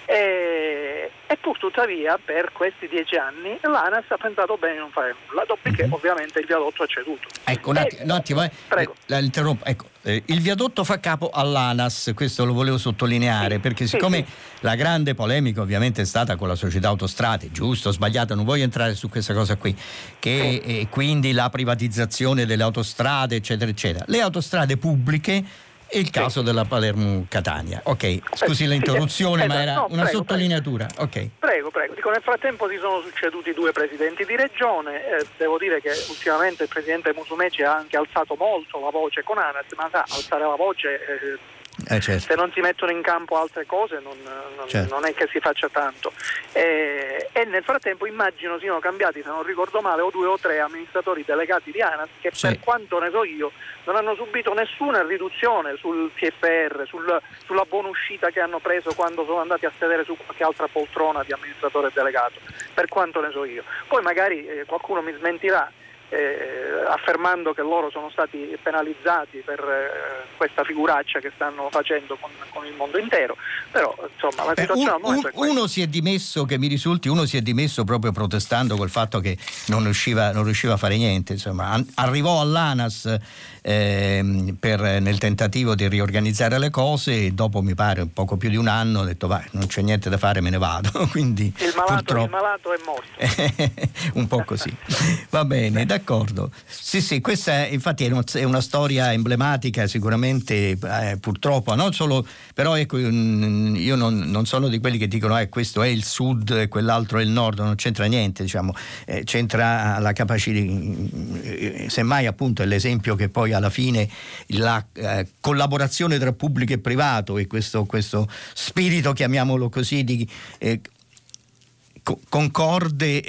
E pur tuttavia per questi 10 anni l'ANAS ha pensato bene di non fare nulla, dopodiché ovviamente il viadotto ha ceduto. Ecco, un attimo, prego. La interrompo. Ecco, il viadotto fa capo all'ANAS, questo lo volevo sottolineare, sì, perché siccome la grande polemica ovviamente è stata con la società Autostrade, giusto o sbagliato, non voglio entrare su questa cosa qui, che quindi la privatizzazione delle autostrade, eccetera, eccetera. Le autostrade pubbliche e il caso della Palermo-Catania. Ok, scusi l'interruzione, ma era una sottolineatura. Ok. Prego. Dico, nel frattempo si sono succeduti 2 presidenti di regione. Devo dire che ultimamente il presidente Musumeci ha anche alzato molto la voce con ANAS, ma alzare la voce certo. Se non si mettono in campo altre cose certo, non è che si faccia tanto. E nel frattempo immagino siano cambiati, se non ricordo male, o 2 o 3 amministratori delegati di ANAS che per quanto ne so io non hanno subito nessuna riduzione sul TFR, sulla buonuscita che hanno preso quando sono andati a sedere su qualche altra poltrona di amministratore delegato, per quanto ne so io. Poi magari qualcuno mi smentirà affermando che loro sono stati penalizzati per questa figuraccia che stanno facendo con il mondo intero, però insomma la situazione al momento è questa. Uno si è dimesso, che mi risulti, proprio protestando col fatto che non riusciva a fare niente, insomma arrivò all'ANAS nel tentativo di riorganizzare le cose e dopo mi pare un poco più di un anno ha detto vai, non c'è niente da fare, me ne vado. Quindi il malato è morto. Un po' così. Va bene, d'accordo. Sì, questa infatti è una storia emblematica sicuramente, purtroppo, non solo, però ecco, io non sono di quelli che dicono questo è il sud e quell'altro è il nord, non c'entra niente, diciamo, c'entra la capacità, semmai appunto è l'esempio che poi alla fine la collaborazione tra pubblico e privato e questo spirito, chiamiamolo così, di concorde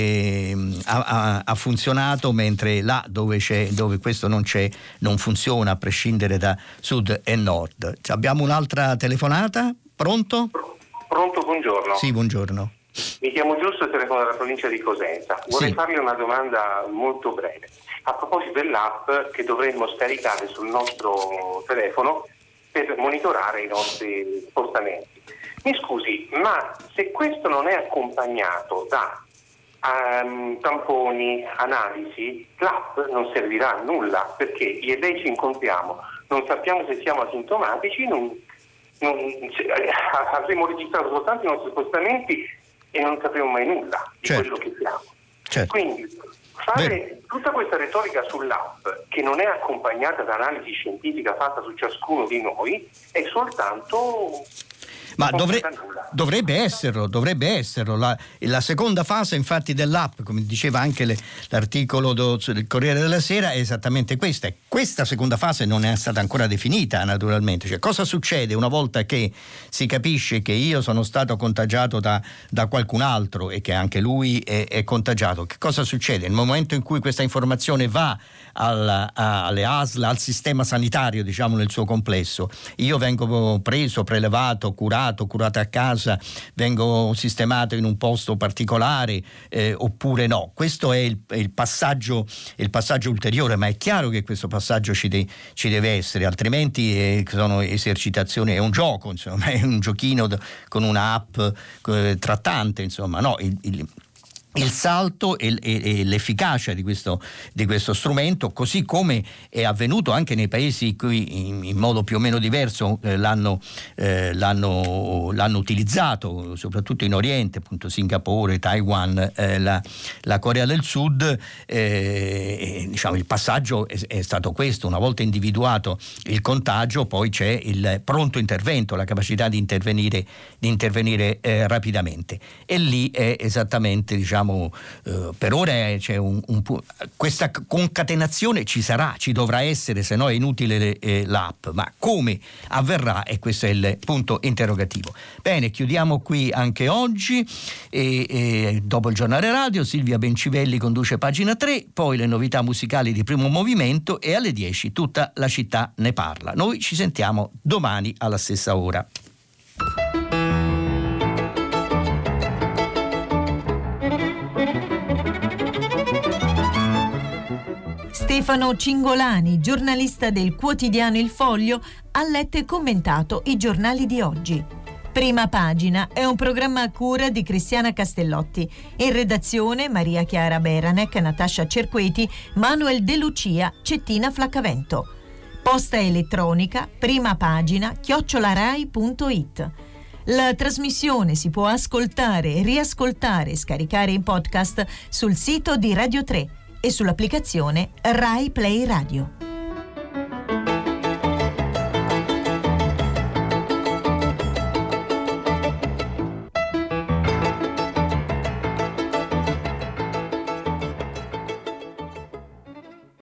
ha funzionato, mentre là dove questo non funziona, a prescindere da sud e nord. Abbiamo un'altra telefonata? Pronto? Pronto, buongiorno. Sì, buongiorno. Mi chiamo Giusto e telefono dalla provincia di Cosenza. Vorrei farle una domanda molto breve. A proposito dell'app che dovremmo scaricare sul nostro telefono per monitorare i nostri spostamenti. Mi scusi, ma se questo non è accompagnato da tamponi, analisi, l'app non servirà a nulla, perché io e lei ci incontriamo, non sappiamo se siamo asintomatici, avremo registrato soltanto i nostri spostamenti e non sapremo mai nulla di quello che siamo. Certo. Quindi fare tutta questa retorica sull'app che non è accompagnata da analisi scientifica fatta su ciascuno di noi è soltanto... Ma dovrebbe esserlo. La seconda fase infatti dell'app, come diceva anche l'articolo del Corriere della Sera, è esattamente questa. Questa seconda fase non è stata ancora definita, naturalmente. Cioè, cosa succede una volta che si capisce che io sono stato contagiato da qualcun altro e che anche lui è contagiato? Che cosa succede? Nel momento in cui questa informazione va alle ASL, al sistema sanitario, diciamo nel suo complesso, io vengo preso, prelevato, curato, curate a casa, vengo sistemato in un posto particolare oppure no. Questo è il passaggio ulteriore, ma è chiaro che questo passaggio ci deve essere, altrimenti sono esercitazioni, è un gioco, insomma, è un giochino con una app trattante, insomma, no, il salto e l'efficacia di questo strumento, così come è avvenuto anche nei paesi qui in modo più o meno diverso l'hanno utilizzato, soprattutto in Oriente, appunto Singapore, Taiwan, la Corea del Sud. Diciamo, il passaggio è stato questo: una volta individuato il contagio, poi c'è il pronto intervento, la capacità di intervenire rapidamente, e lì è esattamente, diciamo, per ora c'è questa concatenazione ci dovrà essere, se no è inutile l'app, ma come avverrà, e questo è il punto interrogativo. Bene, chiudiamo qui anche oggi e dopo il giornale radio Silvia Bencivelli conduce Pagina 3, poi le novità musicali di Primo Movimento e alle 10 Tutta la città ne parla. Noi ci sentiamo domani alla stessa ora. Stefano Cingolani, giornalista del quotidiano Il Foglio, ha letto e commentato i giornali di oggi. Prima Pagina è un programma a cura di Cristiana Castellotti. In redazione Maria Chiara Beranec, Natascia Cerqueti, Manuel De Lucia, Cettina Flaccavento. Posta elettronica primapagina@rai.it. La trasmissione si può ascoltare, riascoltare e scaricare in podcast sul sito di Radio 3 e sull'applicazione Rai Play Radio.